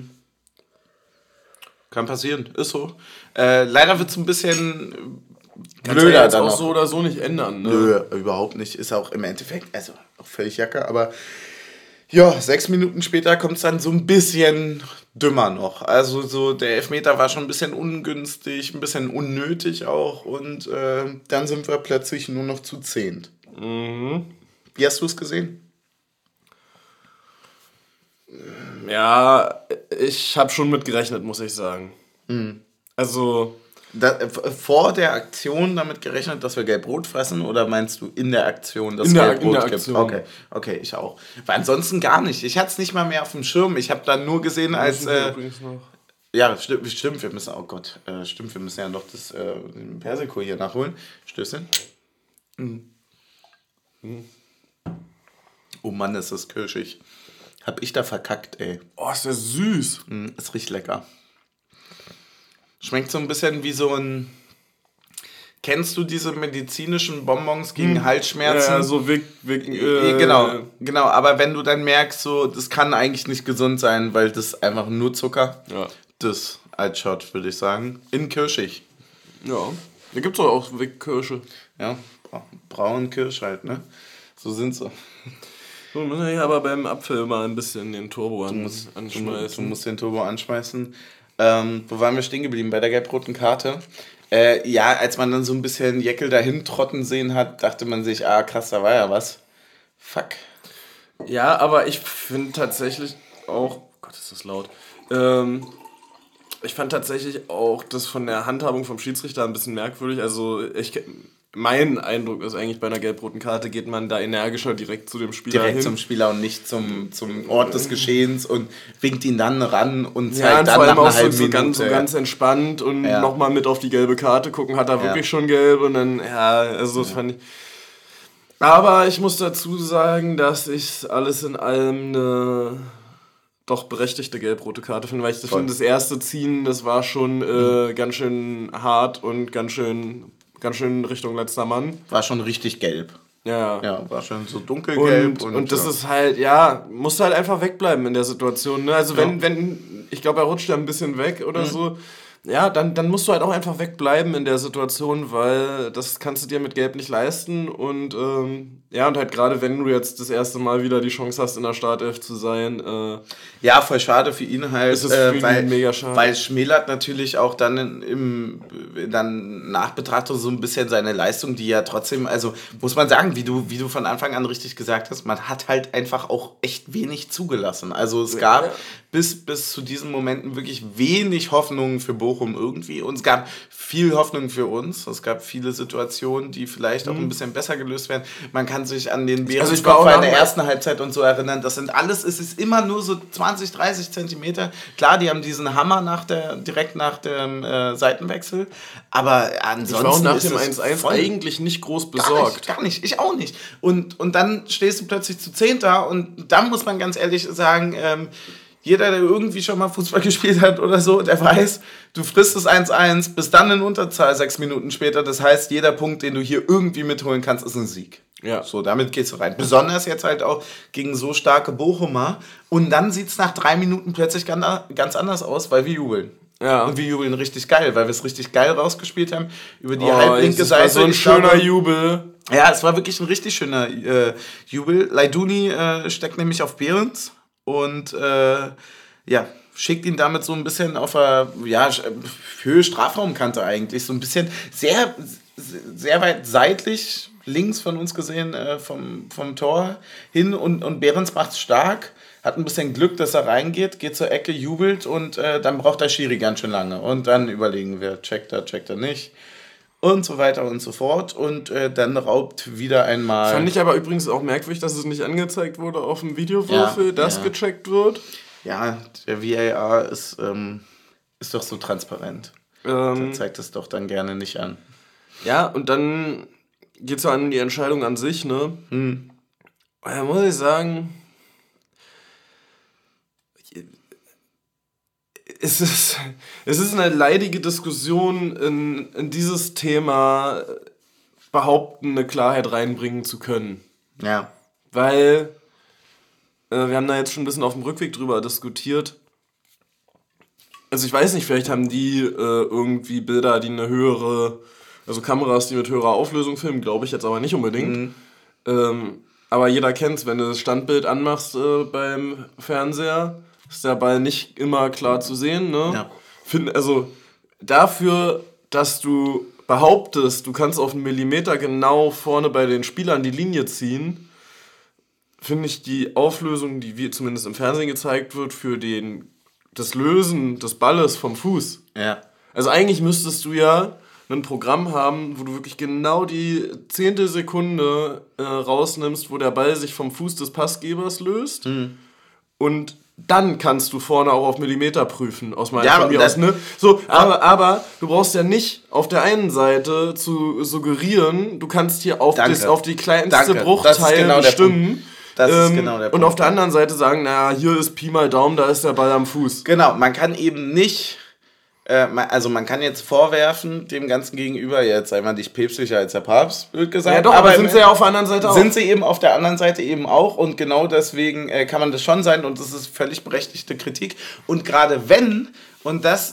kann passieren, ist so. Leider wird es ein bisschen... blöder jetzt dann auch noch. So oder so nicht ändern. Ne? Nö, überhaupt nicht. Ist auch im Endeffekt, also auch völlig Jacke, aber ja, 6 Minuten später kommt es dann so ein bisschen dümmer noch. Also so der Elfmeter war schon ein bisschen ungünstig, ein bisschen unnötig auch und dann sind wir plötzlich nur noch zu 10. Mhm. Wie hast du es gesehen? Ja, ich habe schon mit gerechnet, muss ich sagen. Mhm. Also... vor der Aktion damit gerechnet, dass wir Gelb-Rot fressen oder meinst du in der Aktion, dass es Gelb-Rot gibt? Okay, ich auch. Weil ansonsten gar nicht. Ich hatte es nicht mal mehr auf dem Schirm. Ich habe dann nur gesehen als... ja, stimmt, wir müssen... Oh Gott, wir müssen ja noch das Persiko hier nachholen. Stößchen. Oh Mann, ist das kirschig. Hab ich da verkackt, ey. Oh, ist das süß. Es riecht lecker. Schmeckt so ein bisschen wie so ein... Kennst du diese medizinischen Bonbons gegen Halsschmerzen? Ja, so Genau, aber wenn du dann merkst, so, das kann eigentlich nicht gesund sein, weil das ist einfach nur Zucker. Ja. Das als Shot, würde ich sagen. In kirschig. Ja, da gibt's doch auch Kirsche. Ja, braun Kirsch halt, ne? So sind sie. So, müssen wir hier aber beim Apfel mal ein bisschen den Turbo anschmeißen. Du musst den Turbo anschmeißen. Wo waren wir stehen geblieben? Bei der gelb-roten Karte. Als man dann so ein bisschen Jäckel dahin trotten sehen hat, dachte man sich, krass, da war ja was. Fuck. Ja, aber ich finde tatsächlich auch... Gott, ist das laut. Ich fand tatsächlich auch das von der Handhabung vom Schiedsrichter ein bisschen merkwürdig. Also mein Eindruck ist eigentlich, bei einer gelb-roten Karte geht man da energischer direkt zu dem Spieler hin. Zum Spieler und nicht zum Ort des Geschehens und winkt ihn dann ran und zeigt dann nach einer halben Minute. So ganz entspannt und nochmal mit auf die gelbe Karte gucken, hat er wirklich schon gelb und dann, das fand ich... Aber ich muss dazu sagen, dass ich alles in allem eine doch berechtigte gelb-rote Karte finde, weil ich finde, das erste Ziehen, das war schon ganz schön hart und ganz schön Richtung letzter Mann. War schon richtig gelb. Ja, war schon so dunkelgelb. Und das ist halt, musst du halt einfach wegbleiben in der Situation. Ne? Also wenn ich glaube, er rutscht ja ein bisschen weg oder so, dann musst du halt auch einfach wegbleiben in der Situation, weil das kannst du dir mit Gelb nicht leisten. Und und halt gerade wenn du jetzt das erste Mal wieder die Chance hast, in der Startelf zu sein. Voll schade für ihn halt. Ist es für ihn mega schade. Weil schmälert natürlich auch dann in Nachbetrachtung so ein bisschen seine Leistung, die ja trotzdem, also muss man sagen, wie du von Anfang an richtig gesagt hast, man hat halt einfach auch echt wenig zugelassen. Also es gab bis zu diesen Momenten wirklich wenig Hoffnung für Bochum irgendwie. Und es gab viel Hoffnung für uns. Es gab viele Situationen, die vielleicht auch ein bisschen besser gelöst werden. Man kann sich an den Bärenkopf in der ersten Halbzeit und so erinnern. Das sind alles, es ist immer nur so 20, 30 Zentimeter. Klar, die haben diesen Hammer direkt nach dem Seitenwechsel. Aber ansonsten ich war auch nach dem 1-1 eigentlich nicht groß besorgt. Gar nicht, ich auch nicht. Und dann stehst du plötzlich zu 10. Und dann muss man ganz ehrlich sagen, jeder, der irgendwie schon mal Fußball gespielt hat oder so, der weiß, du frisst das 1-1, bist dann in Unterzahl 6 Minuten später. Das heißt, jeder Punkt, den du hier irgendwie mitholen kannst, ist ein Sieg. Ja. So, damit gehst du rein. Besonders jetzt halt auch gegen so starke Bochumer. Und dann sieht es nach 3 Minuten plötzlich ganz anders aus, weil wir jubeln. Ja. Und wir jubeln richtig geil, weil wir es richtig geil rausgespielt haben. Über die halblinke Seite. Das war so ein schöner Jubel. Ja, es war wirklich ein richtig schöner Jubel. Laiduni steckt nämlich auf Behrens und schickt ihn damit so ein bisschen auf Höhe Strafraumkante eigentlich. So ein bisschen sehr, sehr weit seitlich, links von uns gesehen, vom Tor hin. Und Behrens macht's stark. Hat ein bisschen Glück, dass er reingeht, geht zur Ecke, jubelt und dann braucht der Schiri ganz schön lange. Und dann überlegen wir, checkt er nicht. Und so weiter und so fort. Und dann raubt wieder einmal... Fand ich aber übrigens auch merkwürdig, dass es nicht angezeigt wurde auf dem Videowürfel, dass gecheckt wird. Ja, der VAR ist doch so transparent. Der zeigt es doch dann gerne nicht an. Ja, und dann geht es so an die Entscheidung an sich, ne? Da muss ich sagen... Es ist eine leidige Diskussion, in dieses Thema behaupten, eine Klarheit reinbringen zu können. Ja. Weil wir haben da jetzt schon ein bisschen auf dem Rückweg drüber diskutiert. Also ich weiß nicht, vielleicht haben die irgendwie Bilder, die eine höhere, also Kameras, die mit höherer Auflösung filmen, glaube ich jetzt aber nicht unbedingt. Aber jeder kennt's, wenn du das Standbild anmachst beim Fernseher, ist der Ball nicht immer klar zu sehen, ne? Ja. Also dafür, dass du behauptest, du kannst auf einen Millimeter genau vorne bei den Spielern die Linie ziehen, finde ich die Auflösung, die wie zumindest im Fernsehen gezeigt wird, für das Lösen des Balles vom Fuß. Ja. Also eigentlich müsstest du ja ein Programm haben, wo du wirklich genau die 10. Sekunde rausnimmst, wo der Ball sich vom Fuß des Passgebers löst. Und dann kannst du vorne auch auf Millimeter prüfen, aus meiner von mir aus, ne? So, aber du brauchst ja nicht auf der einen Seite zu suggerieren, du kannst hier auf die kleinste Bruchteil bestimmen. Das ist genau der Punkt. Und auf der anderen Seite sagen, naja, hier ist Pi mal Daumen, da ist der Ball am Fuß. Genau, man kann eben nicht... man kann jetzt vorwerfen, dem Ganzen gegenüber, jetzt sei mal nicht päpstlicher als der Papst, blöd gesagt. Ja doch, aber sind sie ja auf der anderen Seite auch. Sind sie eben auf der anderen Seite eben auch und genau deswegen kann man das schon sein und das ist völlig berechtigte Kritik. Und gerade wenn, und das,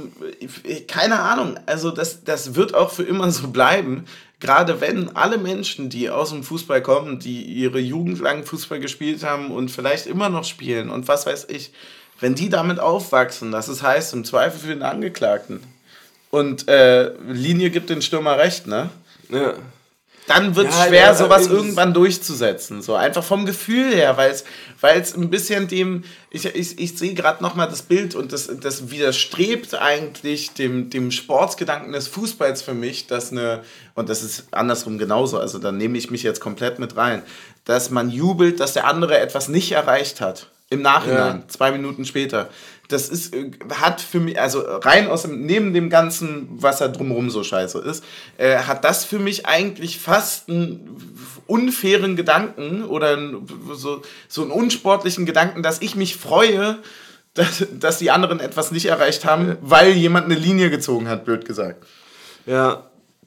keine Ahnung, also das wird auch für immer so bleiben, gerade wenn alle Menschen, die aus dem Fußball kommen, die ihre Jugend lang Fußball gespielt haben und vielleicht immer noch spielen und was weiß ich, wenn die damit aufwachsen, das heißt im Zweifel für den Angeklagten und Linie gibt den Stürmer recht, ne? Ja. Dann wird es schwer, sowas irgendwann durchzusetzen. So einfach vom Gefühl her, weil es ein bisschen dem, ich sehe gerade nochmal das Bild und das widerstrebt eigentlich dem Sportsgedanken des Fußballs für mich, und das ist andersrum genauso, also da nehme ich mich jetzt komplett mit rein, dass man jubelt, dass der andere etwas nicht erreicht hat. Im Nachhinein, 2 Minuten später. Das hat für mich, also rein neben dem Ganzen, was da drumherum so scheiße ist, hat das für mich eigentlich fast einen unfairen Gedanken oder so einen unsportlichen Gedanken, dass ich mich freue, dass die anderen etwas nicht erreicht haben, weil jemand eine Linie gezogen hat, blöd gesagt. Ja.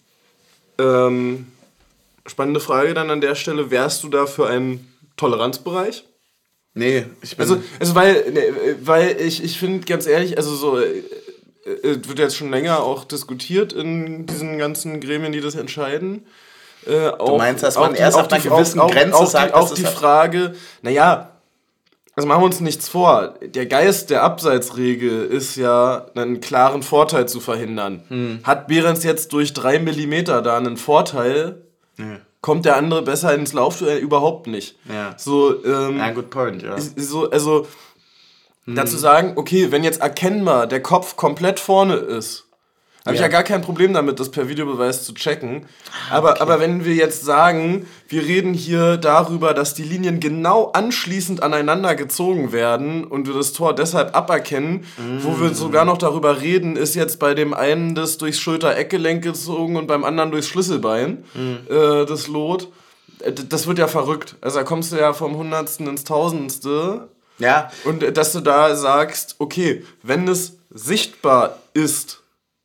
Spannende Frage dann an der Stelle. Wärst du da für einen Toleranzbereich? Nee, ich bin... Also weil ich finde, ganz ehrlich, also so, wird jetzt schon länger auch diskutiert in diesen ganzen Gremien, die das entscheiden. Du meinst, dass man erst auf einer gewissen Grenze sagt, auch die Frage, naja, also machen wir uns nichts vor, der Geist der Abseitsregel ist ja, einen klaren Vorteil zu verhindern. Hat Behrens jetzt durch 3 Millimeter da einen Vorteil... Kommt der andere besser ins Laufduell? Überhaupt nicht. Ja. So, good point, ja. So, also, dazu sagen, okay, wenn jetzt erkennbar der Kopf komplett vorne ist, habe ich ja gar kein Problem damit, das per Videobeweis zu checken. Aber wenn wir jetzt sagen, wir reden hier darüber, dass die Linien genau anschließend aneinander gezogen werden und wir das Tor deshalb aberkennen, wo wir sogar noch darüber reden, ist jetzt bei dem einen das durchs Schulter-Eckgelenk gezogen und beim anderen durchs Schlüsselbein, das Lot. Das wird ja verrückt. Also da kommst du ja vom Hundertsten ins Tausendste. Ja. Und dass du da sagst, okay, wenn es sichtbar ist,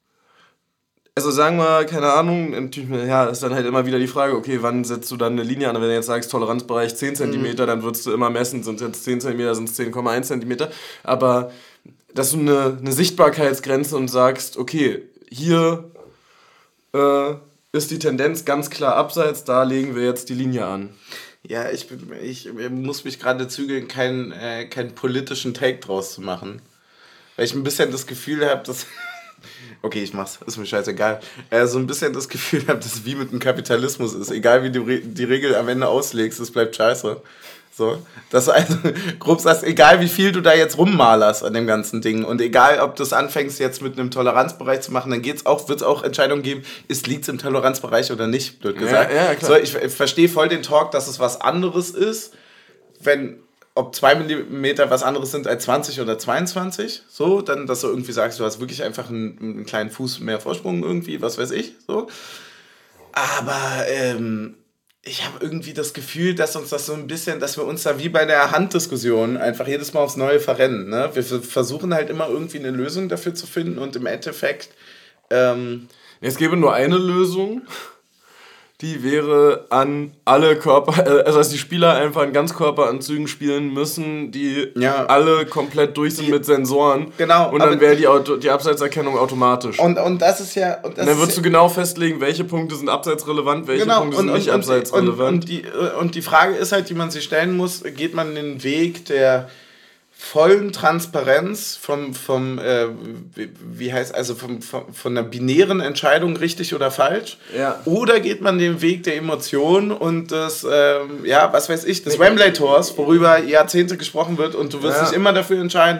also sagen wir, keine Ahnung, natürlich, ja, ist dann halt immer wieder die Frage, okay, wann setzt du dann eine Linie an? Wenn du jetzt sagst, Toleranzbereich 10 cm, dann würdest du immer messen, sind es jetzt 10 cm, sind es 10,1 cm. Aber dass du eine Sichtbarkeitsgrenze und sagst, okay, hier ist die Tendenz ganz klar abseits, da legen wir jetzt die Linie an. Ja, ich muss mich gerade zügeln, keinen politischen Take draus zu machen. Weil ich ein bisschen das Gefühl habe, dass... Okay, ich mach's, ist mir scheißegal. So ein bisschen das Gefühl habe, dass es wie mit dem Kapitalismus ist. Egal wie du die Regel am Ende auslegst, es bleibt scheiße. So, dass du also grob sagst, egal wie viel du da jetzt rummalerst an dem ganzen Ding und egal, ob du es anfängst jetzt mit einem Toleranzbereich zu machen, dann wird es auch Entscheidungen geben, liegt es im Toleranzbereich oder nicht, blöd gesagt. Ja, klar. So, ich verstehe voll den Talk, dass es was anderes ist, ob 2 mm was anderes sind als 20 oder 22, so, dann, dass du irgendwie sagst, du hast wirklich einfach einen kleinen Fuß mehr Vorsprung irgendwie, was weiß ich, so. Aber, ich habe irgendwie das Gefühl, dass uns das so ein bisschen, dass wir uns da wie bei der Handdiskussion einfach jedes Mal aufs Neue verrennen, ne? Wir versuchen halt immer irgendwie eine Lösung dafür zu finden und im Endeffekt, es gäbe nur eine Lösung. Die wäre an alle Körper, also dass die Spieler einfach in Ganzkörperanzügen spielen müssen, die alle komplett durch sind mit Sensoren. Genau. Und dann wäre die Abseitserkennung automatisch. Und das ist ja... Und dann würdest du genau festlegen, welche Punkte sind abseitsrelevant, welche Punkte sind nicht abseitsrelevant. Und die Frage ist halt, die man sich stellen muss, geht man den Weg der vollen Transparenz von einer binären Entscheidung richtig oder falsch, oder geht man den Weg der Emotionen und des, was weiß ich, des Wembley-Tors, worüber Jahrzehnte gesprochen wird und du wirst dich immer dafür entscheiden,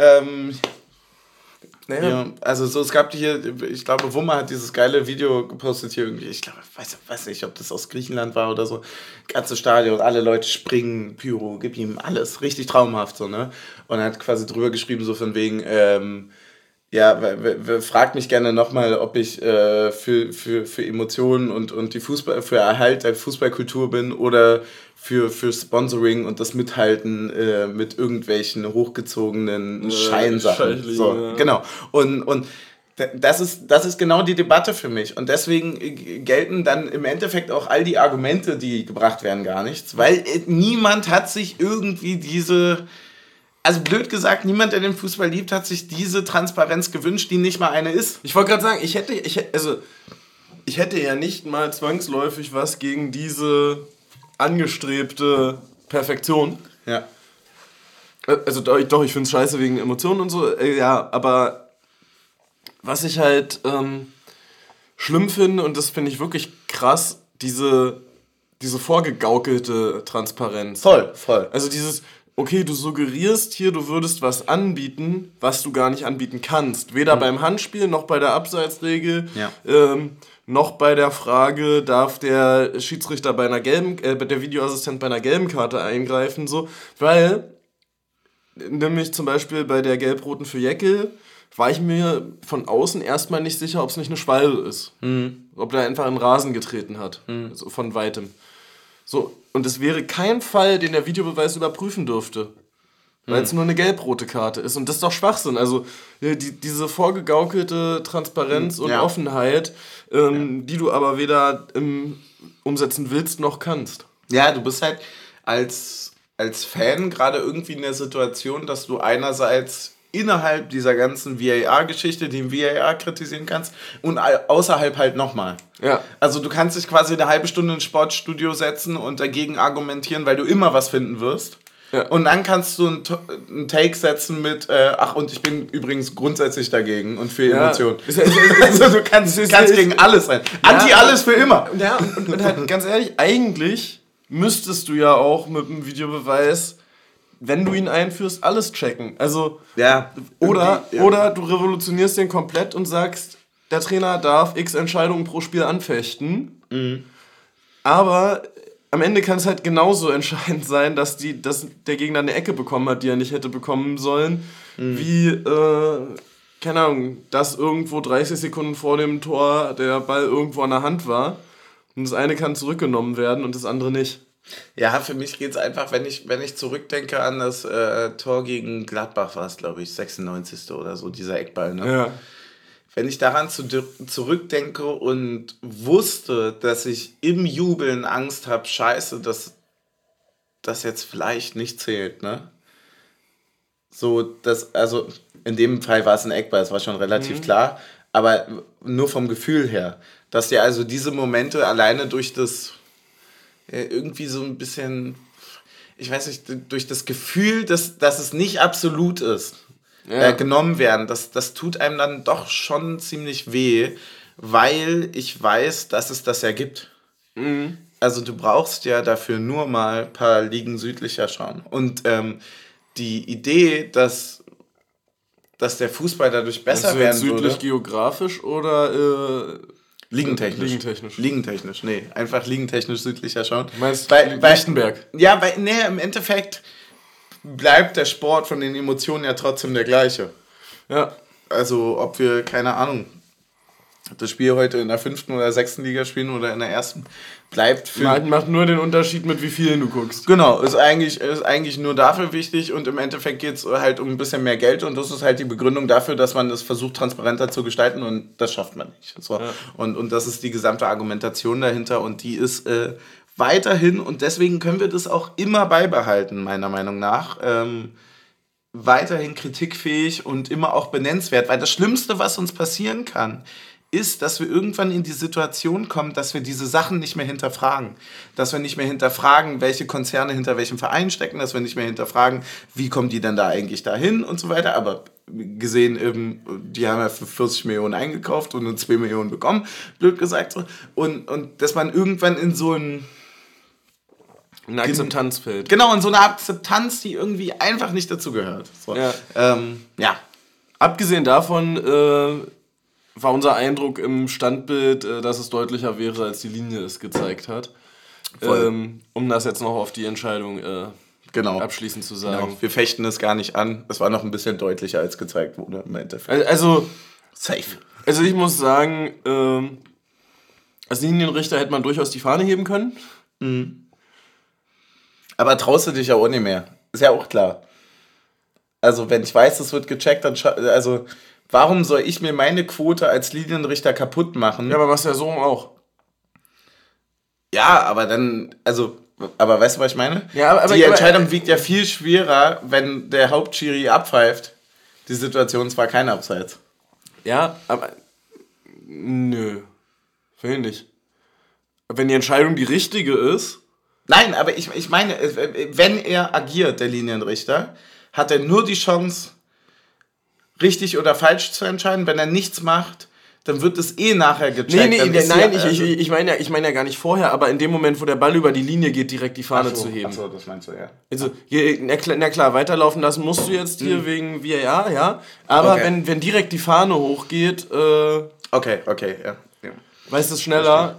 also so, es gab hier, ich glaube, Wummer hat dieses geile Video gepostet hier irgendwie, ich glaube, weiß nicht, ob das aus Griechenland war oder so, ganze Stadion, alle Leute springen, Pyro, gib ihm alles, richtig traumhaft, so, ne, und er hat quasi drüber geschrieben, so von wegen, fragt mich gerne nochmal, ob ich für Emotionen und die für Erhalt der Fußballkultur bin oder für Sponsoring und das Mithalten mit irgendwelchen hochgezogenen Scheinsachen. So, genau. Und das ist genau die Debatte für mich. Und deswegen gelten dann im Endeffekt auch all die Argumente, die gebracht werden, gar nichts, weil niemand hat sich irgendwie also blöd gesagt, niemand, der den Fußball liebt, hat sich diese Transparenz gewünscht, die nicht mal eine ist. Ich wollte gerade sagen, ich hätte ja nicht mal zwangsläufig was gegen diese angestrebte Perfektion. Ja. Also doch, ich finde es scheiße wegen Emotionen und so, aber was ich halt schlimm finde, und das finde ich wirklich krass, diese vorgegaukelte Transparenz. Voll. Also dieses... Okay, du suggerierst hier, du würdest was anbieten, was du gar nicht anbieten kannst. Weder beim Handspiel, noch bei der Abseitsregel, noch bei der Frage, darf der Schiedsrichter bei einer der Videoassistent bei einer gelben Karte eingreifen, so. Weil, nämlich zum Beispiel bei der Gelb-Roten für Jäckel, war ich mir von außen erstmal nicht sicher, ob es nicht eine Schwalbe ist. Ob der einfach in den Rasen getreten hat, also von Weitem. So, und es wäre kein Fall, den der Videobeweis überprüfen dürfte. Weil es nur eine gelb-rote Karte ist. Und das ist doch Schwachsinn. Also diese vorgegaukelte Transparenz und Offenheit, die du aber weder umsetzen willst noch kannst. Ja, du bist halt als Fan gerade irgendwie in der Situation, dass du einerseits innerhalb dieser ganzen VAR-Geschichte den VAR kritisieren kannst und außerhalb halt nochmal. Ja. Also du kannst dich quasi eine halbe Stunde ins Sportstudio setzen und dagegen argumentieren, weil du immer was finden wirst. Ja. Und dann kannst du einen Take setzen mit, und ich bin übrigens grundsätzlich dagegen und für Emotionen. Also du kannst gegen alles sein. Anti-alles für immer. Ja, und halt ganz ehrlich, eigentlich müsstest du ja auch mit dem Videobeweis wenn du ihn einführst, alles checken. Also, ja, oder du revolutionierst den komplett und sagst, der Trainer darf x Entscheidungen pro Spiel anfechten, aber am Ende kann es halt genauso entscheidend sein, dass der Gegner eine Ecke bekommen hat, die er nicht hätte bekommen sollen, wie, keine Ahnung, dass irgendwo 30 Sekunden vor dem Tor der Ball irgendwo an der Hand war und das eine kann zurückgenommen werden und das andere nicht. Ja, für mich geht es einfach, wenn ich zurückdenke an das Tor gegen Gladbach, war es, glaube ich, 96. oder so, dieser Eckball, ne? Ja. Wenn ich daran zurückdenke und wusste, dass ich im Jubeln Angst habe, scheiße, dass das jetzt vielleicht nicht zählt, ne? So, also in dem Fall war es ein Eckball, es war schon relativ klar, aber nur vom Gefühl her, dass dir also diese Momente alleine durch das irgendwie so ein bisschen, ich weiß nicht, durch das Gefühl, dass es nicht absolut ist, genommen werden, das tut einem dann doch schon ziemlich weh, weil ich weiß, dass es das ja gibt. Also du brauchst ja dafür nur mal ein paar Ligen südlicher schauen. Und die Idee, dass der Fußball dadurch besser werden würde... Südlich geografisch oder... Ligentechnisch. Ligentechnisch, nee. Einfach ligentechnisch südlicher schauen. Du meinst Lichtenberg? Ja, weil, nee, im Endeffekt bleibt der Sport von den Emotionen ja trotzdem der gleiche. Ja. Also, ob wir, keine Ahnung, das Spiel heute in der 5. oder 6. Liga spielen oder in der 1. bleibt für... Macht nur den Unterschied, mit wie vielen du guckst. Genau, ist eigentlich nur dafür wichtig und im Endeffekt geht es halt um ein bisschen mehr Geld und das ist halt die Begründung dafür, dass man es versucht, transparenter zu gestalten und das schafft man nicht. So. Ja. Und das ist die gesamte Argumentation dahinter und die ist weiterhin und deswegen können wir das auch immer beibehalten, meiner Meinung nach, weiterhin kritikfähig und immer auch benennenswert, weil das Schlimmste, was uns passieren kann, ist, dass wir irgendwann in die Situation kommen, dass wir diese Sachen nicht mehr hinterfragen. Dass wir nicht mehr hinterfragen, welche Konzerne hinter welchem Verein stecken, dass wir nicht mehr hinterfragen, wie kommen die denn da eigentlich dahin und so weiter. Aber gesehen, die haben ja für 40 Millionen eingekauft und nur 2 Millionen bekommen, blöd gesagt. So. Und dass man irgendwann in so eine Akzeptanz fällt. Genau, in so eine Akzeptanz, die irgendwie einfach nicht dazu gehört. So. Ja. Abgesehen davon... war unser Eindruck im Standbild, dass es deutlicher wäre, als die Linie es gezeigt hat. Um das jetzt noch auf die Entscheidung abschließend zu sagen. Genau. Wir fechten es gar nicht an. Es war noch ein bisschen deutlicher, als gezeigt wurde im Endeffekt. Also, safe. Also ich muss sagen, als Linienrichter hätte man durchaus die Fahne heben können. Aber traust du dich ja auch nicht mehr. Ist ja auch klar. Also wenn ich weiß, es wird gecheckt, dann... Warum soll ich mir meine Quote als Linienrichter kaputt machen? Ja, aber was der Sohn auch. Ja, aber dann, aber weißt du, was ich meine? Ja, aber die Entscheidung wiegt ja viel schwerer, wenn der Hauptschiri abpfeift. Die Situation ist zwar kein Abseits. Ja, aber nö, finde ich nicht. Wenn die Entscheidung die richtige ist... Nein, aber ich meine, wenn er agiert, der Linienrichter, hat er nur die Chance... richtig oder falsch zu entscheiden. Wenn er nichts macht, dann wird es nachher gecheckt. Ich meine ja gar nicht vorher, aber in dem Moment, wo der Ball über die Linie geht, direkt die Fahne zu heben. Achso, das meinst du, ja. Also, na klar, weiterlaufen lassen musst du jetzt hier wegen VAR, ja. Aber okay. wenn direkt die Fahne hochgeht, okay, ja. Weißt du es schneller,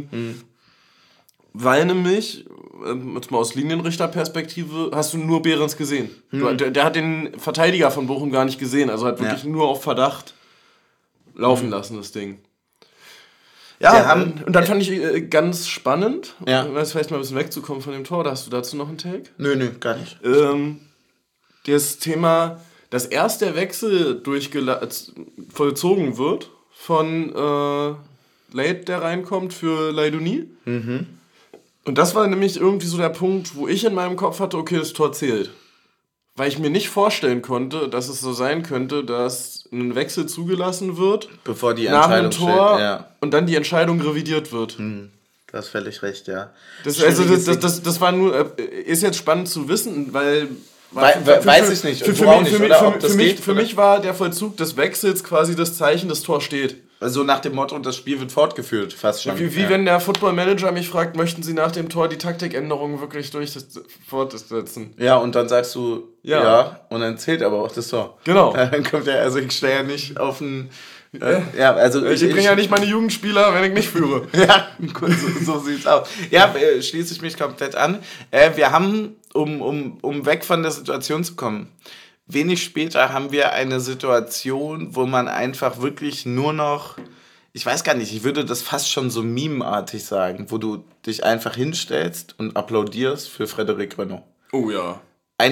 weil nämlich... jetzt mal aus Linienrichterperspektive, hast du nur Behrens gesehen. Der hat den Verteidiger von Bochum gar nicht gesehen, also hat wirklich nur auf Verdacht laufen lassen, das Ding. Ja, und dann fand ich ganz spannend, vielleicht mal ein bisschen wegzukommen von dem Tor, da hast du dazu noch einen Take? Nö, gar nicht. Das Thema, dass erst der Wechsel vollzogen wird von Late, der reinkommt für Laidoni. Und das war nämlich irgendwie so der Punkt, wo ich in meinem Kopf hatte, okay, das Tor zählt. Weil ich mir nicht vorstellen konnte, dass es so sein könnte, dass ein Wechsel zugelassen wird, bevor die nach Entscheidung dem Tor steht, und dann die Entscheidung revidiert wird. Du hast völlig recht, ja. Das war nur, ist jetzt spannend zu wissen, weil... weiß ich nicht. Für mich war der Vollzug des Wechsels quasi das Zeichen, das Tor steht. So nach dem Motto, das Spiel wird fortgeführt, fast schon. Wie wenn der Football Manager mich fragt, möchten Sie nach dem Tor die Taktikänderungen wirklich fortsetzen? Ja, und dann sagst du, ja, und dann zählt aber auch das Tor. Genau. Dann kommt also ich stelle ja nicht auf ein... also ich bringe ja nicht meine Jugendspieler, wenn ich nicht führe. Ja, gut, so sieht's aus. Ja, schließe ich mich komplett an. Wir haben, um weg von der Situation zu kommen, wenig später haben wir eine Situation, wo man einfach wirklich nur noch, ich weiß gar nicht, ich würde das fast schon so memeartig sagen, wo du dich einfach hinstellst und applaudierst für Frédéric Renaud. Oh ja.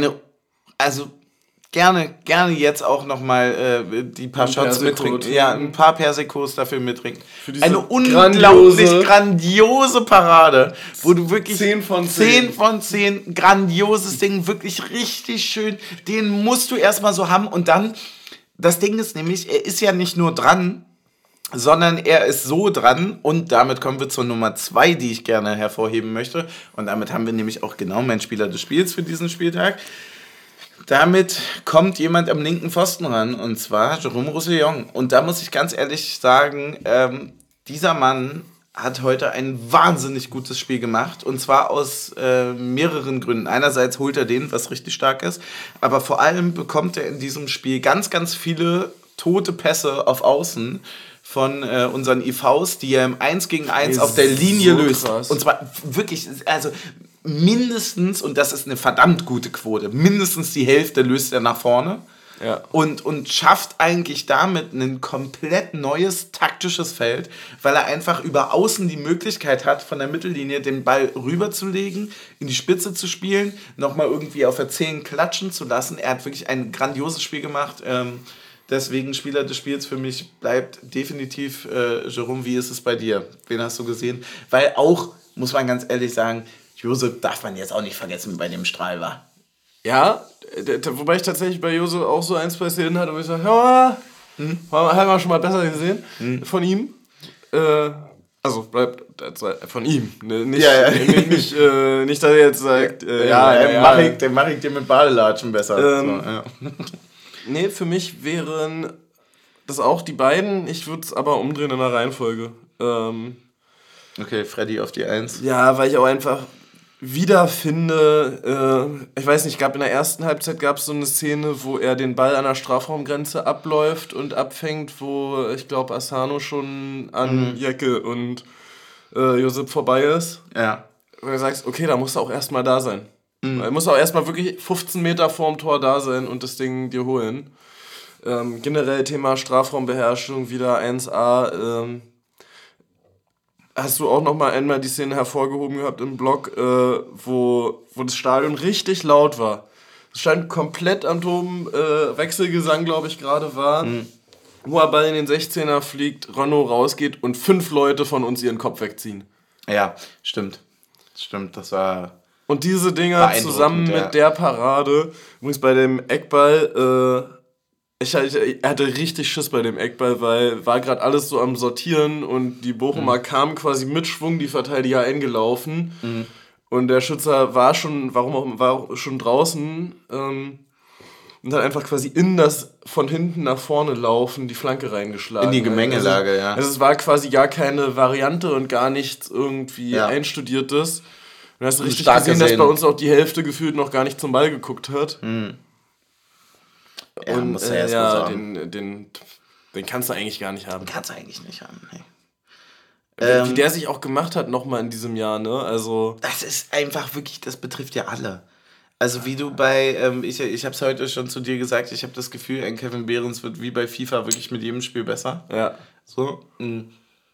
Also gerne jetzt auch nochmal die paar Shots mittrinken. Ja, ein paar Persikos dafür mittrinken. Eine unglaublich grandiose Parade, wo du wirklich 10 von 10 grandioses Ding, wirklich richtig schön, den musst du erstmal so haben und dann, das Ding ist nämlich, er ist ja nicht nur dran, sondern er ist so dran und damit kommen wir zur Nummer 2, die ich gerne hervorheben möchte und damit haben wir nämlich auch genau meinen Spieler des Spiels für diesen Spieltag. Damit kommt jemand am linken Pfosten ran, und zwar Jérôme Roussillon. Und da muss ich ganz ehrlich sagen, dieser Mann hat heute ein wahnsinnig gutes Spiel gemacht. Und zwar aus mehreren Gründen. Einerseits holt er den, was richtig stark ist. Aber vor allem bekommt er in diesem Spiel ganz, ganz viele tote Pässe auf Außen von unseren IVs, die er im 1 gegen 1 auf der Linie löst. Krass. Und zwar wirklich, also... mindestens, und das ist eine verdammt gute Quote, mindestens die Hälfte löst er nach vorne und schafft eigentlich damit ein komplett neues taktisches Feld, weil er einfach über außen die Möglichkeit hat, von der Mittellinie den Ball rüberzulegen, in die Spitze zu spielen, nochmal irgendwie auf der 10 klatschen zu lassen. Er hat wirklich ein grandioses Spiel gemacht. Deswegen Spieler des Spiels für mich bleibt definitiv Jérôme. Wie ist es bei dir? Wen hast du gesehen? Weil auch, muss man ganz ehrlich sagen, Josep darf man jetzt auch nicht vergessen, wie bei dem Strahl war. Ja, wobei ich tatsächlich bei Josep auch so ein, zwei Szenen hatte, wo ich sage, ja, haben wir schon mal besser gesehen von ihm. Also bleibt von ihm. Nicht, nicht, dass er jetzt sagt, den mach ich dir mit Badelatschen besser. Nee, für mich wären das auch die beiden. Ich würde es aber umdrehen in der Reihenfolge. Okay, Freddy auf die 1. Ja, weil ich auch einfach wiederfinde, ich weiß nicht, in der ersten Halbzeit gab es so eine Szene, wo er den Ball an der Strafraumgrenze abläuft und abfängt, wo ich glaube Asano schon an Jecke und Josep vorbei ist. Ja. Und du sagst, okay, da musst du auch erstmal da sein. Er muss auch erstmal wirklich 15 Meter vorm Tor da sein und das Ding dir holen. Generell Thema Strafraumbeherrschung wieder 1A. Hast du auch noch mal einmal die Szene hervorgehoben gehabt im Blog, wo das Stadion richtig laut war. Es stand komplett am Toben, Wechselgesang, glaube ich, gerade war. Hoher Ball in den 16er fliegt, Renaud rausgeht und 5 Leute von uns ihren Kopf wegziehen. Ja, stimmt, das war... Und diese Dinger zusammen mit der Parade, übrigens bei dem Eckball... Er hatte richtig Schiss bei dem Eckball, weil war gerade alles so am Sortieren und die Bochumer kamen quasi mit Schwung die Verteidiger eingelaufen und der Schützer war schon draußen und hat einfach quasi in das von hinten nach vorne laufen die Flanke reingeschlagen. In die Gemengelage, ja. Also es war quasi gar keine Variante und gar nichts irgendwie Einstudiertes. Und du hast richtig gesehen, dass bei uns auch die Hälfte gefühlt noch gar nicht zum Ball geguckt hat. Ja, und den kannst du eigentlich gar nicht haben. Wie der sich auch gemacht hat nochmal in diesem Jahr, ne? Also das ist einfach wirklich, das betrifft ja alle. Also wie du bei, ich habe es heute schon zu dir gesagt, ich habe das Gefühl, ein Kevin Behrens wird wie bei FIFA wirklich mit jedem Spiel besser. Ja. So. Und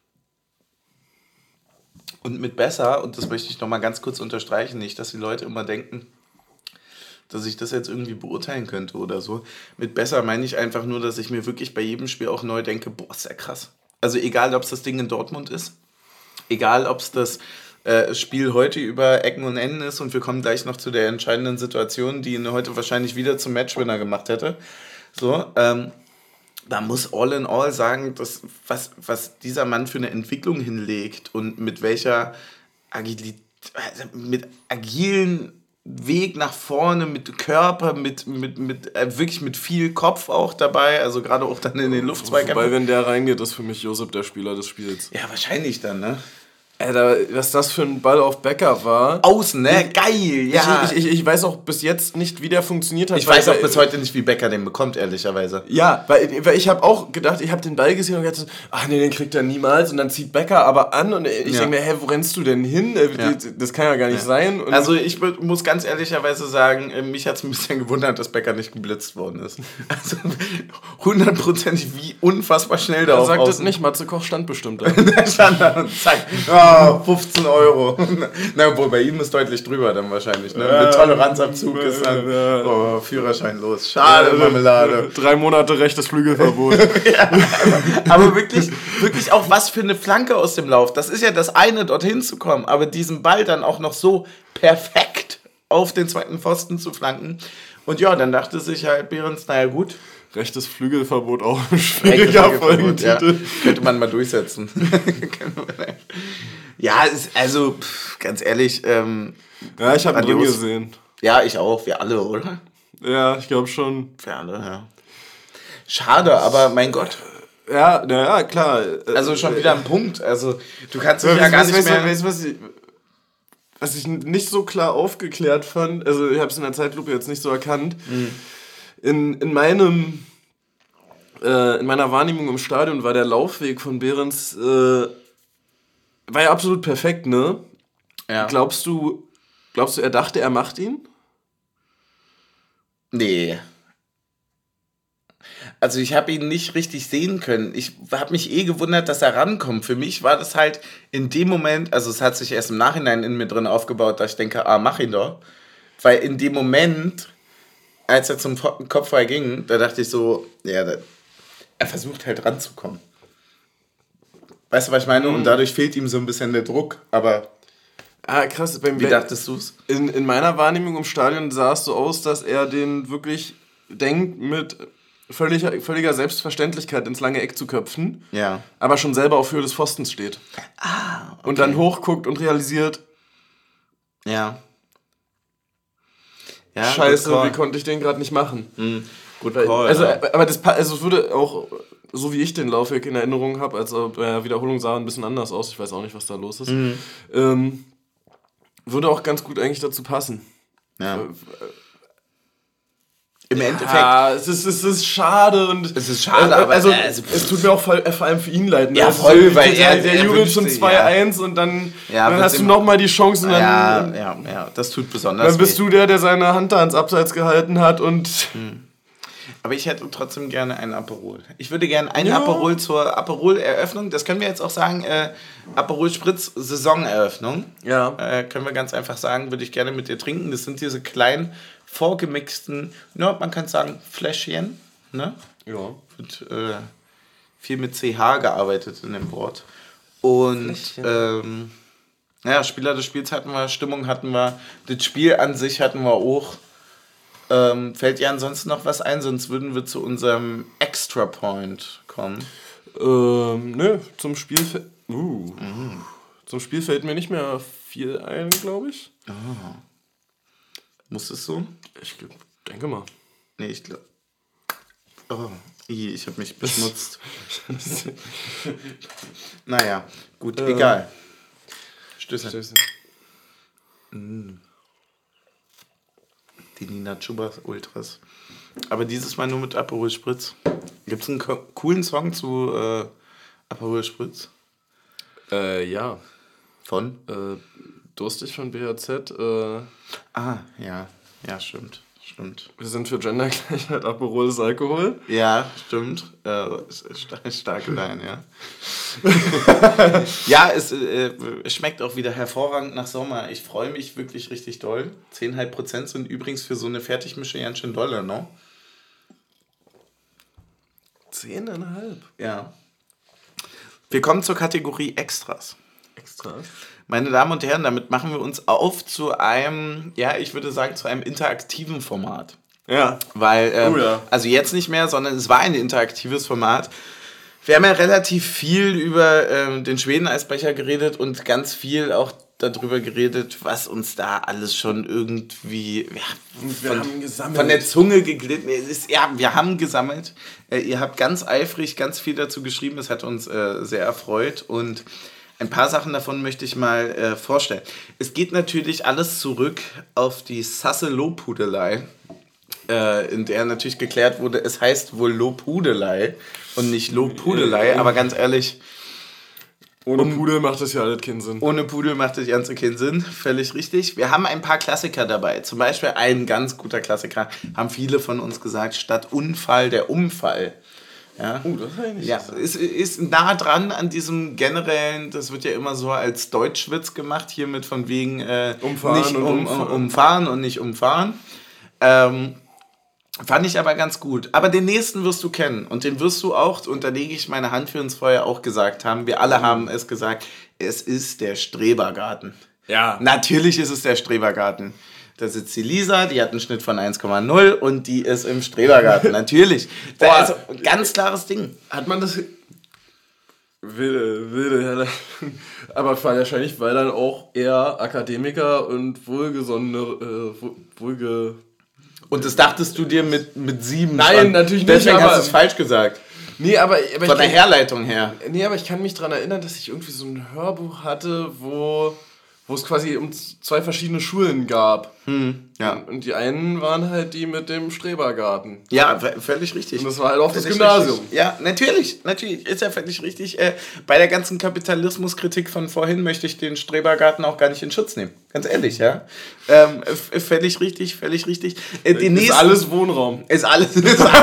mit besser, und das möchte ich nochmal ganz kurz unterstreichen, nicht, dass die Leute immer denken, dass ich das jetzt irgendwie beurteilen könnte oder so. Mit besser meine ich einfach nur, dass ich mir wirklich bei jedem Spiel auch neu denke, boah, ist ja krass. Also egal, ob es das Ding in Dortmund ist, egal, ob es das Spiel heute über Ecken und Enden ist und wir kommen gleich noch zu der entscheidenden Situation, die ihn heute wahrscheinlich wieder zum Matchwinner gemacht hätte. So, da muss all in all sagen, dass, was dieser Mann für eine Entwicklung hinlegt und mit welcher Agilität, mit agilen Weg nach vorne mit Körper, mit wirklich mit viel Kopf auch dabei, also gerade auch dann in den Luftzweikämpfen. Wobei, wenn der reingeht, ist für mich Josip der Spieler des Spiels. Ja, wahrscheinlich dann, ne? Alter, was das für ein Ball auf Becker war. Außen, ne? Geil, ja. Ich weiß auch bis jetzt nicht, wie der funktioniert hat. Ich weiß auch bis heute nicht, wie Becker den bekommt, ehrlicherweise. Ja, weil ich habe auch gedacht, ich habe den Ball gesehen und gedacht, ach nee, den kriegt er niemals. Und dann zieht Becker aber an und ich denke mir, hä, wo rennst du denn hin? Das kann ja gar nicht sein. Und also ich muss ganz ehrlicherweise sagen, mich hat es ein bisschen gewundert, dass Becker nicht geblitzt worden ist. Also 100%, wie unfassbar schnell da er auf sagt außen. es nicht, Matze Koch stand bestimmt da. Der stand da und zack, 15 Euro. Na, obwohl bei ihm ist deutlich drüber dann wahrscheinlich. Ne? Mit Toleranzabzug ist dann Führerschein los. Schade, Marmelade. 3 Monate rechtes Flügelverbot. Ja, aber wirklich auch was für eine Flanke aus dem Lauf. Das ist ja das eine, dorthin zu kommen, aber diesen Ball dann auch noch so perfekt auf den zweiten Pfosten zu flanken. Und ja, dann dachte sich halt Behrens, naja gut. Rechtes Flügelverbot auch ein schwieriger Folgentitel. Ja, könnte man mal durchsetzen. Ja, also ganz ehrlich. Ja, ich habe ihn drin gesehen. Ja, ich auch. Wir alle, oder? Ja, ich glaube schon. Wir alle, ja. Schade, aber mein Gott. Ja, naja, klar. Also schon wieder ein Punkt. Also du kannst dich ja gar nicht mehr... Was ich nicht so klar aufgeklärt fand, also ich habe es in der Zeitlupe jetzt nicht so erkannt, in meiner Wahrnehmung im Stadion war der Laufweg von Behrens war ja absolut perfekt, ne? Ja. Glaubst du, er dachte, er macht ihn? Nee. Also ich habe ihn nicht richtig sehen können. Ich habe mich gewundert, dass er rankommt. Für mich war das halt in dem Moment, also es hat sich erst im Nachhinein in mir drin aufgebaut, dass ich denke, mach ihn doch. Weil in dem Moment, als er zum Kopfball ging, da dachte ich so, ja, er versucht halt ranzukommen. Weißt du, was ich meine? Und dadurch fehlt ihm so ein bisschen der Druck, aber... krass. Wie dachtest du es? In meiner Wahrnehmung im Stadion sah es so aus, dass er den wirklich denkt, mit völliger Selbstverständlichkeit ins lange Eck zu köpfen, aber schon selber auf Höhe des Pfostens steht. Okay. Und dann hochguckt und realisiert, Scheiße, wie konnte ich den gerade nicht machen? Gut Call. Also, aber es würde auch, so wie ich den Laufweg in Erinnerung habe, also bei der Wiederholung sah ein bisschen anders aus, ich weiß auch nicht, was da los ist, würde auch ganz gut eigentlich dazu passen. Ja. Im Endeffekt. Ja, es ist schade und. Es ist schade, aber. Es tut mir auch vor allem für ihn leid. Ne? Ja, voll, weil der jubelt zum 2-1 und dann hast du nochmal die Chance und dann. Ja, das tut besonders. Dann bist du der seine Hand da ans Abseits gehalten hat und. Aber ich hätte trotzdem gerne einen Aperol. Ich würde gerne einen Aperol zur Aperol-Eröffnung, das können wir jetzt auch sagen, Aperol Spritz Saisoneröffnung. Ja. Können wir ganz einfach sagen, würde ich gerne mit dir trinken. Das sind diese kleinen, vorgemixten, man kann sagen, Fläschchen. Ne? Ja. Wird viel mit CH gearbeitet in dem Wort. Und Spieler des Spiels hatten wir, Stimmung hatten wir, das Spiel an sich hatten wir auch. Fällt dir ansonsten noch was ein, sonst würden wir zu unserem Extra Point kommen. Nö, zum Spiel fällt mir nicht mehr viel ein, glaube ich. Muss es so? Ich denke mal. Nee, ich glaube... ich habe mich beschmutzt. Naja, gut, egal. Stößchen. Die Nina Chuba Ultras. Aber dieses Mal nur mit Aperol Spritz. Gibt es einen coolen Song zu Aperol Spritz? Ja. Von? Durstig von BHZ. Ja, stimmt. Wir sind für Gendergleichheit, Aperol ist Alkohol. Ja, stimmt. Starke Line, ja. Ja, es schmeckt auch wieder hervorragend nach Sommer. Ich freue mich wirklich richtig doll. 10,5% sind übrigens für so eine Fertigmische ganz schön dolle, ne? 10,5? Ja. Wir kommen zur Kategorie Extras. Extras? Meine Damen und Herren, damit machen wir uns auf zu einem, ich würde sagen, zu einem interaktiven Format. Ja. Weil, also jetzt nicht mehr, sondern es war ein interaktives Format. Wir haben ja relativ viel über den Schweden-Eisbecher geredet und ganz viel auch darüber geredet, was uns da alles schon irgendwie gesammelt. Von der Zunge geglitten ist. Ja, wir haben gesammelt. Ihr habt ganz eifrig ganz viel dazu geschrieben. Das hat uns sehr erfreut. Und ein paar Sachen davon möchte ich mal vorstellen. Es geht natürlich alles zurück auf die sasse Lobhudelei, in der natürlich geklärt wurde, es heißt wohl Lobhudelei und nicht Lobhudelei. Aber ganz ehrlich... Ohne Pudel macht das ja alles keinen Sinn. Ohne Pudel macht das Ganze keinen Sinn, völlig richtig. Wir haben ein paar Klassiker dabei. Zum Beispiel ein ganz guter Klassiker, haben viele von uns gesagt, statt Unfall der Umfall. Ja, das war nicht. Ja, ist nah dran an diesem generellen, das wird ja immer so als Deutschwitz gemacht, hier mit von wegen umfahren nicht und umfahren und nicht umfahren. Fand ich aber ganz gut. Aber den nächsten wirst du kennen. Und den wirst du auch, und da lege ich meine Hand für ins Feuer, auch gesagt haben. Wir alle haben es gesagt. Es ist der Strebergarten. Ja. Natürlich ist es der Strebergarten. Da sitzt die Lisa, die hat einen Schnitt von 1,0 und die ist im Strebergarten. Natürlich. Das ist ein ganz klares Ding. Hat man das... Wilde. Aber wahrscheinlich, weil dann auch eher Akademiker und wohlgesonnene... Und das dachtest du dir mit 7 Nein, schon. natürlich nicht. Deswegen hast du es falsch gesagt. Nee, aber von der Herleitung her. Nee, aber ich kann mich daran erinnern, dass ich irgendwie so ein Hörbuch hatte, wo es quasi um 2 verschiedene Schulen gab. Ja. Und die einen waren halt die mit dem Strebergarten. Ja, völlig richtig. Und das war halt auch das Gymnasium. Richtig. Ja, natürlich, ist ja völlig richtig. Bei der ganzen Kapitalismuskritik von vorhin möchte ich den Strebergarten auch gar nicht in Schutz nehmen. Ganz ehrlich, ja. Völlig richtig. Ist alles Wohnraum. Ist alles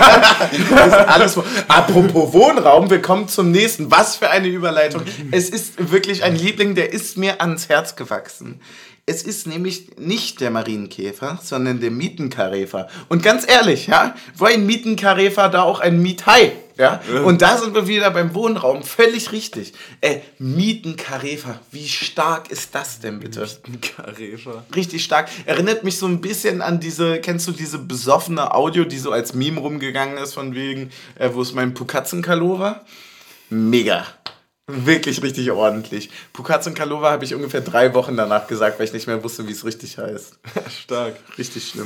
Apropos Wohnraum, wir kommen zum nächsten. Was für eine Überleitung. Es ist wirklich ein Liebling, der ist mir ans Herz gewachsen. Es ist nämlich nicht der Marienkäfer, sondern der Mietenkaräfer. Und ganz ehrlich, ja, wo ein Mietenkaräfer, da auch ein Miethai. Ja? Und da sind wir wieder beim Wohnraum. Völlig richtig. Mietenkaräfer, wie stark ist das denn bitte? Mietenkaräfer. Richtig stark. Erinnert mich so ein bisschen an kennst du diese besoffene Audio, die so als Meme rumgegangen ist, von wegen, wo ist mein Pukatzenkalo war? Mega. Wirklich richtig ordentlich. Pukatzenkalo habe ich ungefähr 3 Wochen danach gesagt, weil ich nicht mehr wusste, wie es richtig heißt. Stark. Richtig schlimm.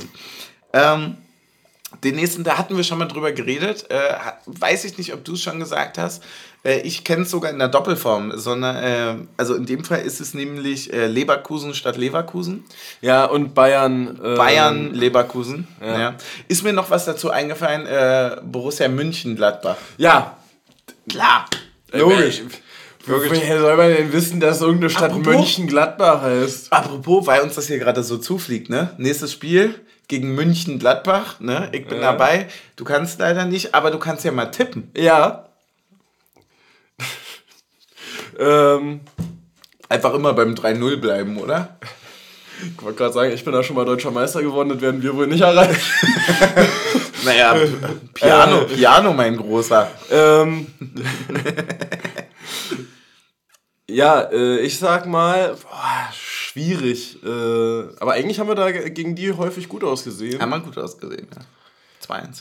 Den nächsten, da hatten wir schon mal drüber geredet. Weiß ich nicht, ob du es schon gesagt hast. Ich kenne es sogar in der Doppelform. Sondern, also in dem Fall ist es nämlich Leverkusen statt Leverkusen. Ja, und Bayern. Bayern, Leverkusen. Ja. Ja. Ist mir noch was dazu eingefallen? Borussia München-Gladbach. Ja. Klar. Logisch. Woher soll man denn wissen, dass irgendeine Stadt Mönchengladbach heißt? Apropos, weil uns das hier gerade so zufliegt, ne? Nächstes Spiel gegen München-Gladbach, ne? Ich bin dabei. Du kannst leider nicht, aber du kannst ja mal tippen. Ja. Einfach immer beim 3-0 bleiben, oder? Ich wollte gerade sagen, ich bin da schon mal deutscher Meister geworden, das werden wir wohl nicht erreichen. Naja, Piano, mein Großer. Ja, ich sag mal, schwierig. Aber eigentlich haben wir da gegen die häufig gut ausgesehen. Haben wir gut ausgesehen, ja. 2-1.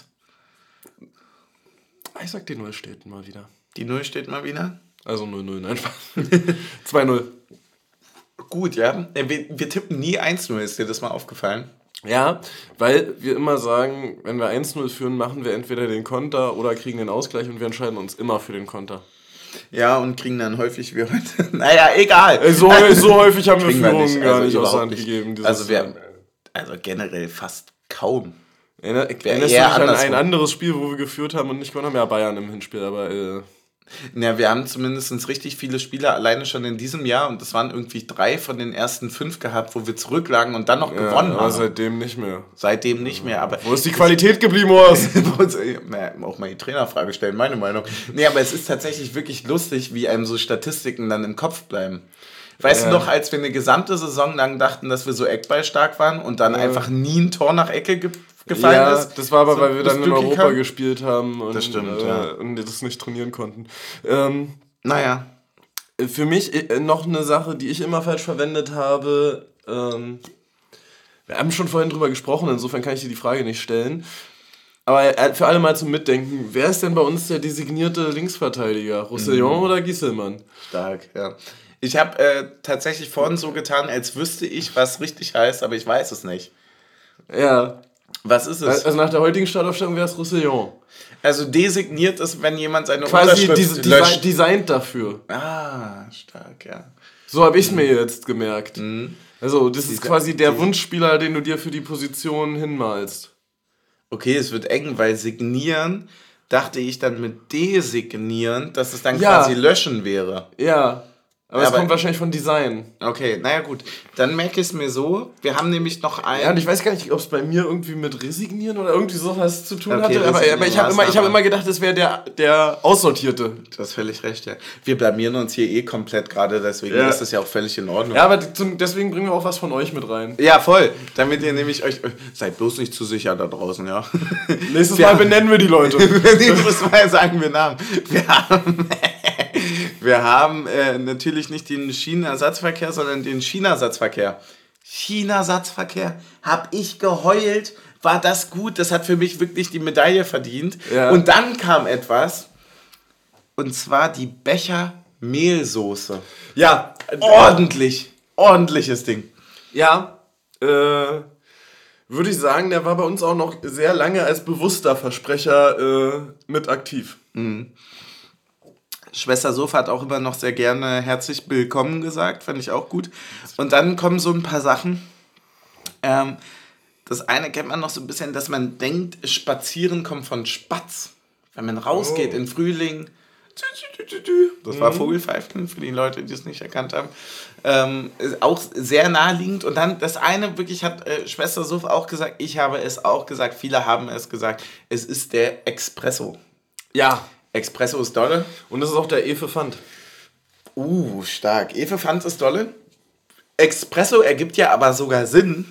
Ich sag, die 0 steht mal wieder. Die 0 steht mal wieder? Also 0-0, nein, Spaß. 2-0. Gut, ja. Wir tippen nie 1-0, ist dir das mal aufgefallen? Ja, weil wir immer sagen, wenn wir 1-0 führen, machen wir entweder den Konter oder kriegen den Ausgleich und wir entscheiden uns immer für den Konter. Ja, und kriegen dann häufig wie heute. Naja, egal. So häufig haben wir Führungen gar also nicht aus der Hand gegeben. Also generell fast kaum. Erinnerst du dich an ein anderes Spiel, wo wir geführt haben und nicht gewonnen haben? Ja, Bayern im Hinspiel, aber... Ja, wir haben zumindest richtig viele Spieler alleine schon in diesem Jahr und das waren irgendwie 3 von den ersten 5 gehabt, wo wir zurücklagen und dann noch gewonnen haben. Aber seitdem nicht mehr. Seitdem nicht mehr, aber... Wo ist die Qualität geblieben, Urs? Auch mal die Trainerfrage stellen, meine Meinung. Nee, aber es ist tatsächlich wirklich lustig, wie einem so Statistiken dann im Kopf bleiben. Weißt du noch, als wir eine gesamte Saison lang dachten, dass wir so eckballstark waren und dann einfach nie ein Tor nach Ecke gefallen ist. Das war aber, weil wir dann in Europa gespielt haben und, das stimmt, und das nicht trainieren konnten. Naja. Für mich noch eine Sache, die ich immer falsch verwendet habe. Wir haben schon vorhin drüber gesprochen, insofern kann ich dir die Frage nicht stellen. Aber für alle mal zum Mitdenken, wer ist denn bei uns der designierte Linksverteidiger? Roussillon oder Gieselmann? Stark, ja. Ich habe tatsächlich vorhin so getan, als wüsste ich, was richtig heißt, aber ich weiß es nicht. Ja. Was ist es? Also nach der heutigen Startaufstellung wäre es Roussillon. Also designiert ist, wenn jemand seine Quasi Unterschrift löscht. designt dafür. Ah, stark, ja. So habe ich es mir jetzt gemerkt. Also das ist quasi der Wunschspieler, den du dir für die Position hinmalst. Okay, es wird eng, weil signieren, dachte ich dann mit designieren, dass es dann quasi löschen wäre. Ja, aber es kommt wahrscheinlich von Design. Okay, naja gut. Dann merke ich es mir so. Wir haben nämlich noch einen... Ja, und ich weiß gar nicht, ob es bei mir irgendwie mit resignieren oder irgendwie sowas zu tun hatte. Aber ich ja, habe immer gedacht, es wäre der Aussortierte. Du hast völlig recht, ja. Wir blamieren uns hier komplett gerade, deswegen ist das ja auch völlig in Ordnung. Ja, aber deswegen bringen wir auch was von euch mit rein. Ja, voll. Damit ihr nämlich euch... Seid bloß nicht zu sicher da draußen, ja. Nächstes Mal benennen wir die Leute. Nächstes Mal sagen wir Namen. Wir haben natürlich nicht den Schienenersatzverkehr, sondern den China-Ersatzverkehr. China-Ersatzverkehr, hab ich geheult, war das gut, das hat für mich wirklich die Medaille verdient. Ja. Und dann kam etwas, und zwar die Becher-Mehlsoße. Ja. Ordentliches Ding. Ja, würde ich sagen, der war bei uns auch noch sehr lange als bewusster Versprecher mit aktiv. Mhm. Schwester Sofa hat auch immer noch sehr gerne herzlich willkommen gesagt, fand ich auch gut. Und dann kommen so ein paar Sachen. Das eine kennt man noch so ein bisschen, dass man denkt, Spazieren kommt von Spatz. Wenn man rausgeht in Frühling. Das war Vogelpfeifen für die Leute, die es nicht erkannt haben. Ist auch sehr naheliegend. Und dann das eine wirklich hat Schwester Sofa auch gesagt, ich habe es auch gesagt, viele haben es gesagt, es ist der Espresso. Ja. Espresso ist dolle. Und das ist auch der Efe-Pfand. Stark. Efe-Pfand ist dolle. Espresso ergibt ja aber sogar Sinn,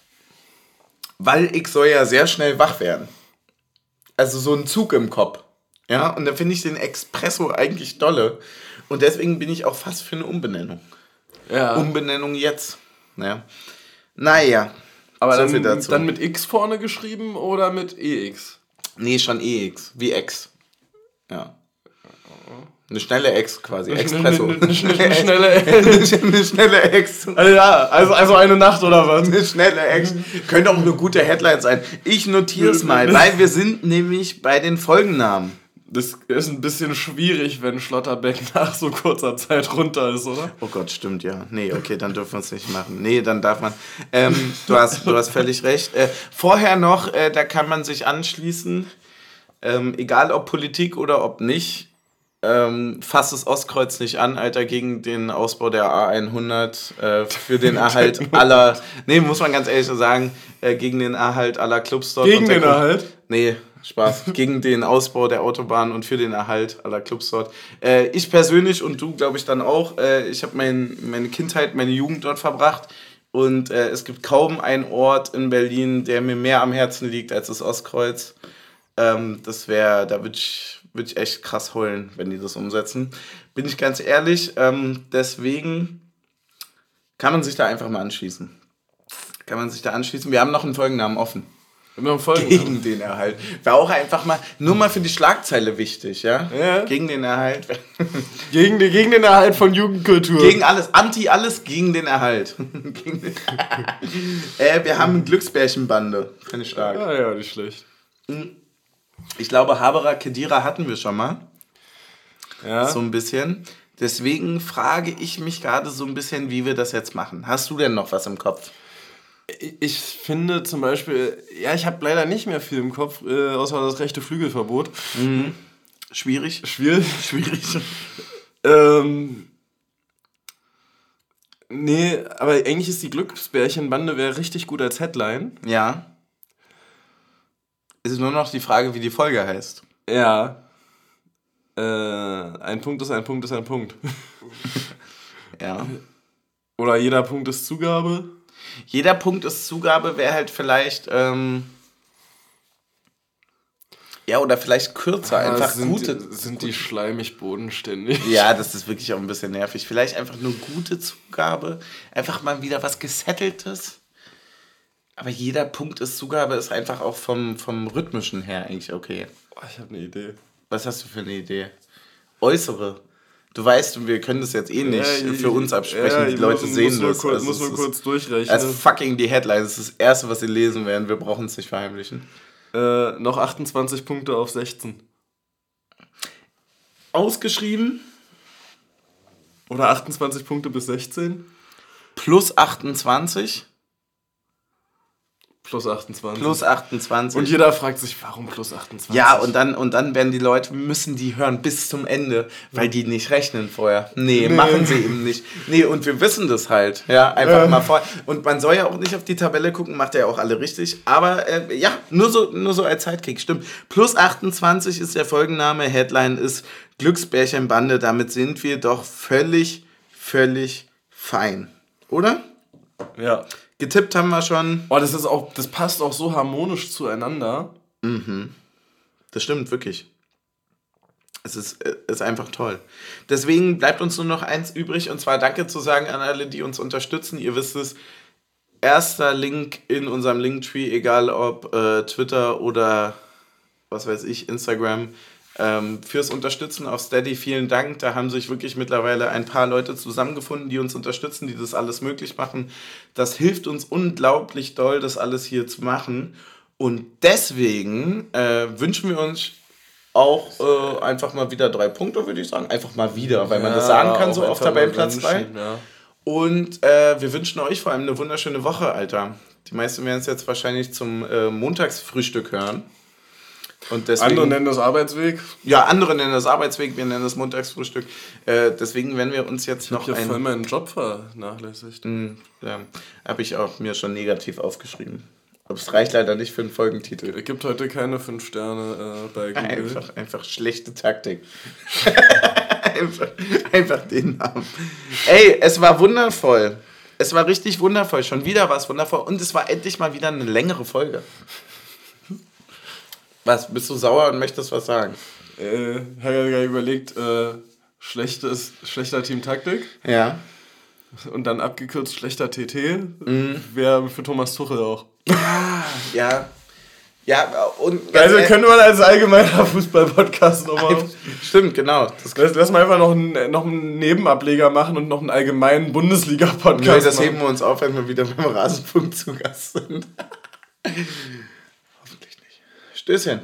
weil ich soll ja sehr schnell wach werden. Also so ein Zug im Kopf. Ja, und da finde ich den Espresso eigentlich dolle. Und deswegen bin ich auch fast für eine Umbenennung. Ja. Umbenennung jetzt. Ja. Naja. Aber dann mit X vorne geschrieben oder mit EX? Nee, schon EX. Wie X. Ja. Eine schnelle Ex quasi. Espresso. Eine schnelle Ex. Also eine Nacht oder was? Eine schnelle Ex. Könnte auch eine gute Headline sein. Ich notiere es mal, weil wir sind nämlich bei den Folgennamen. Das ist ein bisschen schwierig, wenn Schlotterbeck nach so kurzer Zeit runter ist, oder? Oh Gott, stimmt ja. Nee, okay, dann dürfen wir es nicht machen. Nee, dann darf man. Du hast völlig recht. Vorher noch, da kann man sich anschließen, egal ob Politik oder ob nicht, fasst das Ostkreuz nicht an, Alter, gegen den Ausbau der A100, für den Erhalt aller, nee, muss man ganz ehrlich so sagen, gegen den Erhalt aller Clubs dort. Gegen den Erhalt? Nee, Spaß. Gegen den Ausbau der Autobahn und für den Erhalt aller Clubs dort. Ich persönlich und du, glaube ich, dann auch, ich habe meine Kindheit, meine Jugend dort verbracht und es gibt kaum einen Ort in Berlin, der mir mehr am Herzen liegt als das Ostkreuz. Da würde ich echt krass heulen, wenn die das umsetzen. Bin ich ganz ehrlich. Deswegen kann man sich da einfach mal anschließen. Wir haben noch einen Folgennamen offen. Gegen den Erhalt. Wäre auch einfach mal, nur mal für die Schlagzeile wichtig, ja? Ja. Gegen den Erhalt. Gegen den Erhalt von Jugendkultur. Gegen alles, alles gegen den Erhalt. Wir haben Glücksbärchenbande. Finde ich stark. Ja, nicht schlecht. Ich glaube, Haberer Kedira hatten wir schon mal. Ja. So ein bisschen. Deswegen frage ich mich gerade so ein bisschen, wie wir das jetzt machen. Hast du denn noch was im Kopf? Ich finde zum Beispiel, ja, ich habe leider nicht mehr viel im Kopf, außer das rechte Flügelverbot. Mhm. Schwierig. Nee, aber eigentlich ist die Glücksbärchenbande wäre richtig gut als Headline. Ja. Es ist nur noch die Frage, wie die Folge heißt. Ja. Ein Punkt ist ein Punkt ist ein Punkt. Ja. Oder jeder Punkt ist Zugabe. Jeder Punkt ist Zugabe wäre halt vielleicht, ja, oder vielleicht kürzer, einfach sind die schleimig bodenständig. Ja, das ist wirklich auch ein bisschen nervig. Vielleicht einfach nur gute Zugabe, einfach mal wieder was Gesetteltes. Aber jeder Punkt ist Zugabe ist einfach auch vom Rhythmischen her eigentlich okay. Oh, ich habe eine Idee. Was hast du für eine Idee? Äußere. Du weißt, wir können das jetzt eh nicht für uns absprechen. Die Leute sehen das. Ich muss nur kurz durchrechnen. Also fucking die Headline. Das ist das Erste, was sie lesen werden. Wir brauchen es nicht verheimlichen. Noch 28 Punkte auf 16. Ausgeschrieben. Oder 28 Punkte bis 16. Plus 28. Plus 28. Plus 28. Und jeder fragt sich, warum plus 28? Ja, und dann werden die Leute, müssen die hören bis zum Ende, weil die nicht rechnen vorher. Nee, machen sie eben nicht. Nee, und wir wissen das halt. Ja, einfach mal vor. Und man soll ja auch nicht auf die Tabelle gucken, macht ja auch alle richtig. Aber nur so als Sidekick, stimmt. Plus 28 ist der Folgenname, Headline ist Glücksbärchenbande. Damit sind wir doch völlig fein. Oder? Ja. Getippt haben wir schon. Oh, das passt auch so harmonisch zueinander. Mhm. Das stimmt, wirklich. Es ist einfach toll. Deswegen bleibt uns nur noch eins übrig, und zwar Danke zu sagen an alle, die uns unterstützen. Ihr wisst es, erster Link in unserem Linktree, egal ob Twitter oder, was weiß ich, Instagram, fürs Unterstützen auf Steady. Vielen Dank. Da haben sich wirklich mittlerweile ein paar Leute zusammengefunden, die uns unterstützen, die das alles möglich machen. Das hilft uns unglaublich doll, das alles hier zu machen. Und deswegen wünschen wir uns auch einfach mal wieder 3 Punkte, würde ich sagen. Einfach mal wieder, weil man das sagen kann, so auf Tabellenplatz 3. Ja. Und wir wünschen euch vor allem eine wunderschöne Woche, Alter. Die meisten werden es jetzt wahrscheinlich zum Montagsfrühstück hören. Und deswegen, andere nennen das Arbeitsweg. Ja, andere nennen das Arbeitsweg, wir nennen das Montagsfrühstück. Deswegen werden wir uns jetzt noch Ich habe voll meinen Job vernachlässigt. Ja, habe ich auch mir schon negativ aufgeschrieben. Aber es reicht leider nicht für einen Folgentitel. Es gibt heute keine 5 Sterne bei Google. Einfach schlechte Taktik. einfach den Namen. Ey, es war wundervoll. Es war richtig wundervoll. Schon wieder war es wundervoll. Und es war endlich mal wieder eine längere Folge. Was, bist du sauer und möchtest was sagen? Ich habe gerade überlegt, schlechter Teamtaktik. Ja. Und dann abgekürzt schlechter TT. Wäre für Thomas Tuchel auch. Ja. Ja, und... Also können wir als allgemeiner Fußball-Podcast nochmal... Stimmt, genau. Lass mal einfach noch einen Nebenableger machen und noch einen allgemeinen Bundesliga-Podcast machen. Das heben wir uns auf, wenn wir wieder beim Rasenfunk zu Gast sind. Stößchen.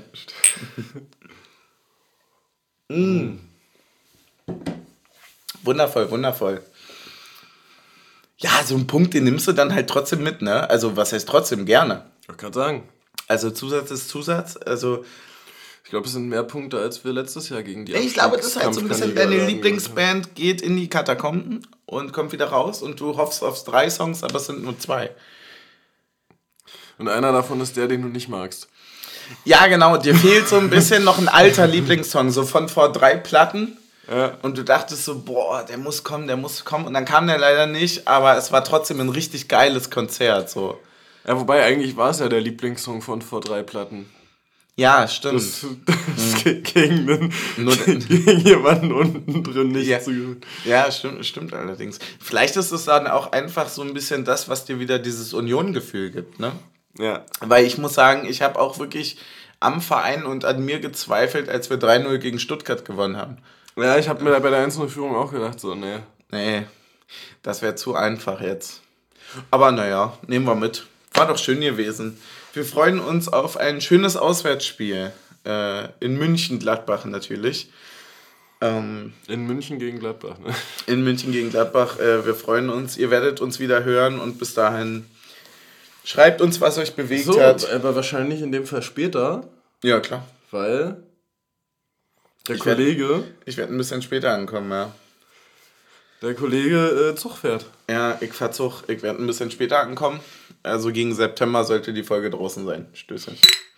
Wundervoll, wundervoll. Ja, so einen Punkt, den nimmst du dann halt trotzdem mit, ne? Also, was heißt trotzdem? Gerne. Ich wollte gerade sagen. Also, Zusatz ist Zusatz. Also, ich glaube, es sind mehr Punkte, als wir letztes Jahr gegen die Ich glaube, das ist halt so ein bisschen, deine Lieblingsband geht in die Katakomben und kommt wieder raus und du hoffst auf 3 Songs, aber es sind nur 2. Und einer davon ist der, den du nicht magst. Ja, genau. Dir fehlt so ein bisschen noch ein alter Lieblingssong, so von vor 3 Platten. Ja. Und du dachtest so, boah, der muss kommen. Und dann kam der leider nicht, aber es war trotzdem ein richtig geiles Konzert. So. Ja, wobei eigentlich war es ja der Lieblingssong von vor 3 Platten. Ja, stimmt. Das gegen jemanden unten drin nicht zu gut. Ja, stimmt allerdings. Vielleicht ist es dann auch einfach so ein bisschen das, was dir wieder dieses Union-Gefühl gibt, ne? Ja. Weil ich muss sagen, ich habe auch wirklich am Verein und an mir gezweifelt, als wir 3-0 gegen Stuttgart gewonnen haben. Ja, ich habe mir da bei der 1-0-Führung auch gedacht, so, nee. Nee, das wäre zu einfach jetzt. Aber naja, nehmen wir mit. War doch schön gewesen. Wir freuen uns auf ein schönes Auswärtsspiel. In München, Gladbach natürlich. In München gegen Gladbach, ne? In München gegen Gladbach. Wir freuen uns. Ihr werdet uns wieder hören und bis dahin schreibt uns, was euch bewegt hat. Aber wahrscheinlich in dem Fall später. Ja, klar. Weil der Kollege... Ich werde ein bisschen später ankommen, ja. Der Kollege Zug fährt. Ja, ich fahr Zug. Ich werde ein bisschen später ankommen. Also gegen September sollte die Folge draußen sein. Stößchen.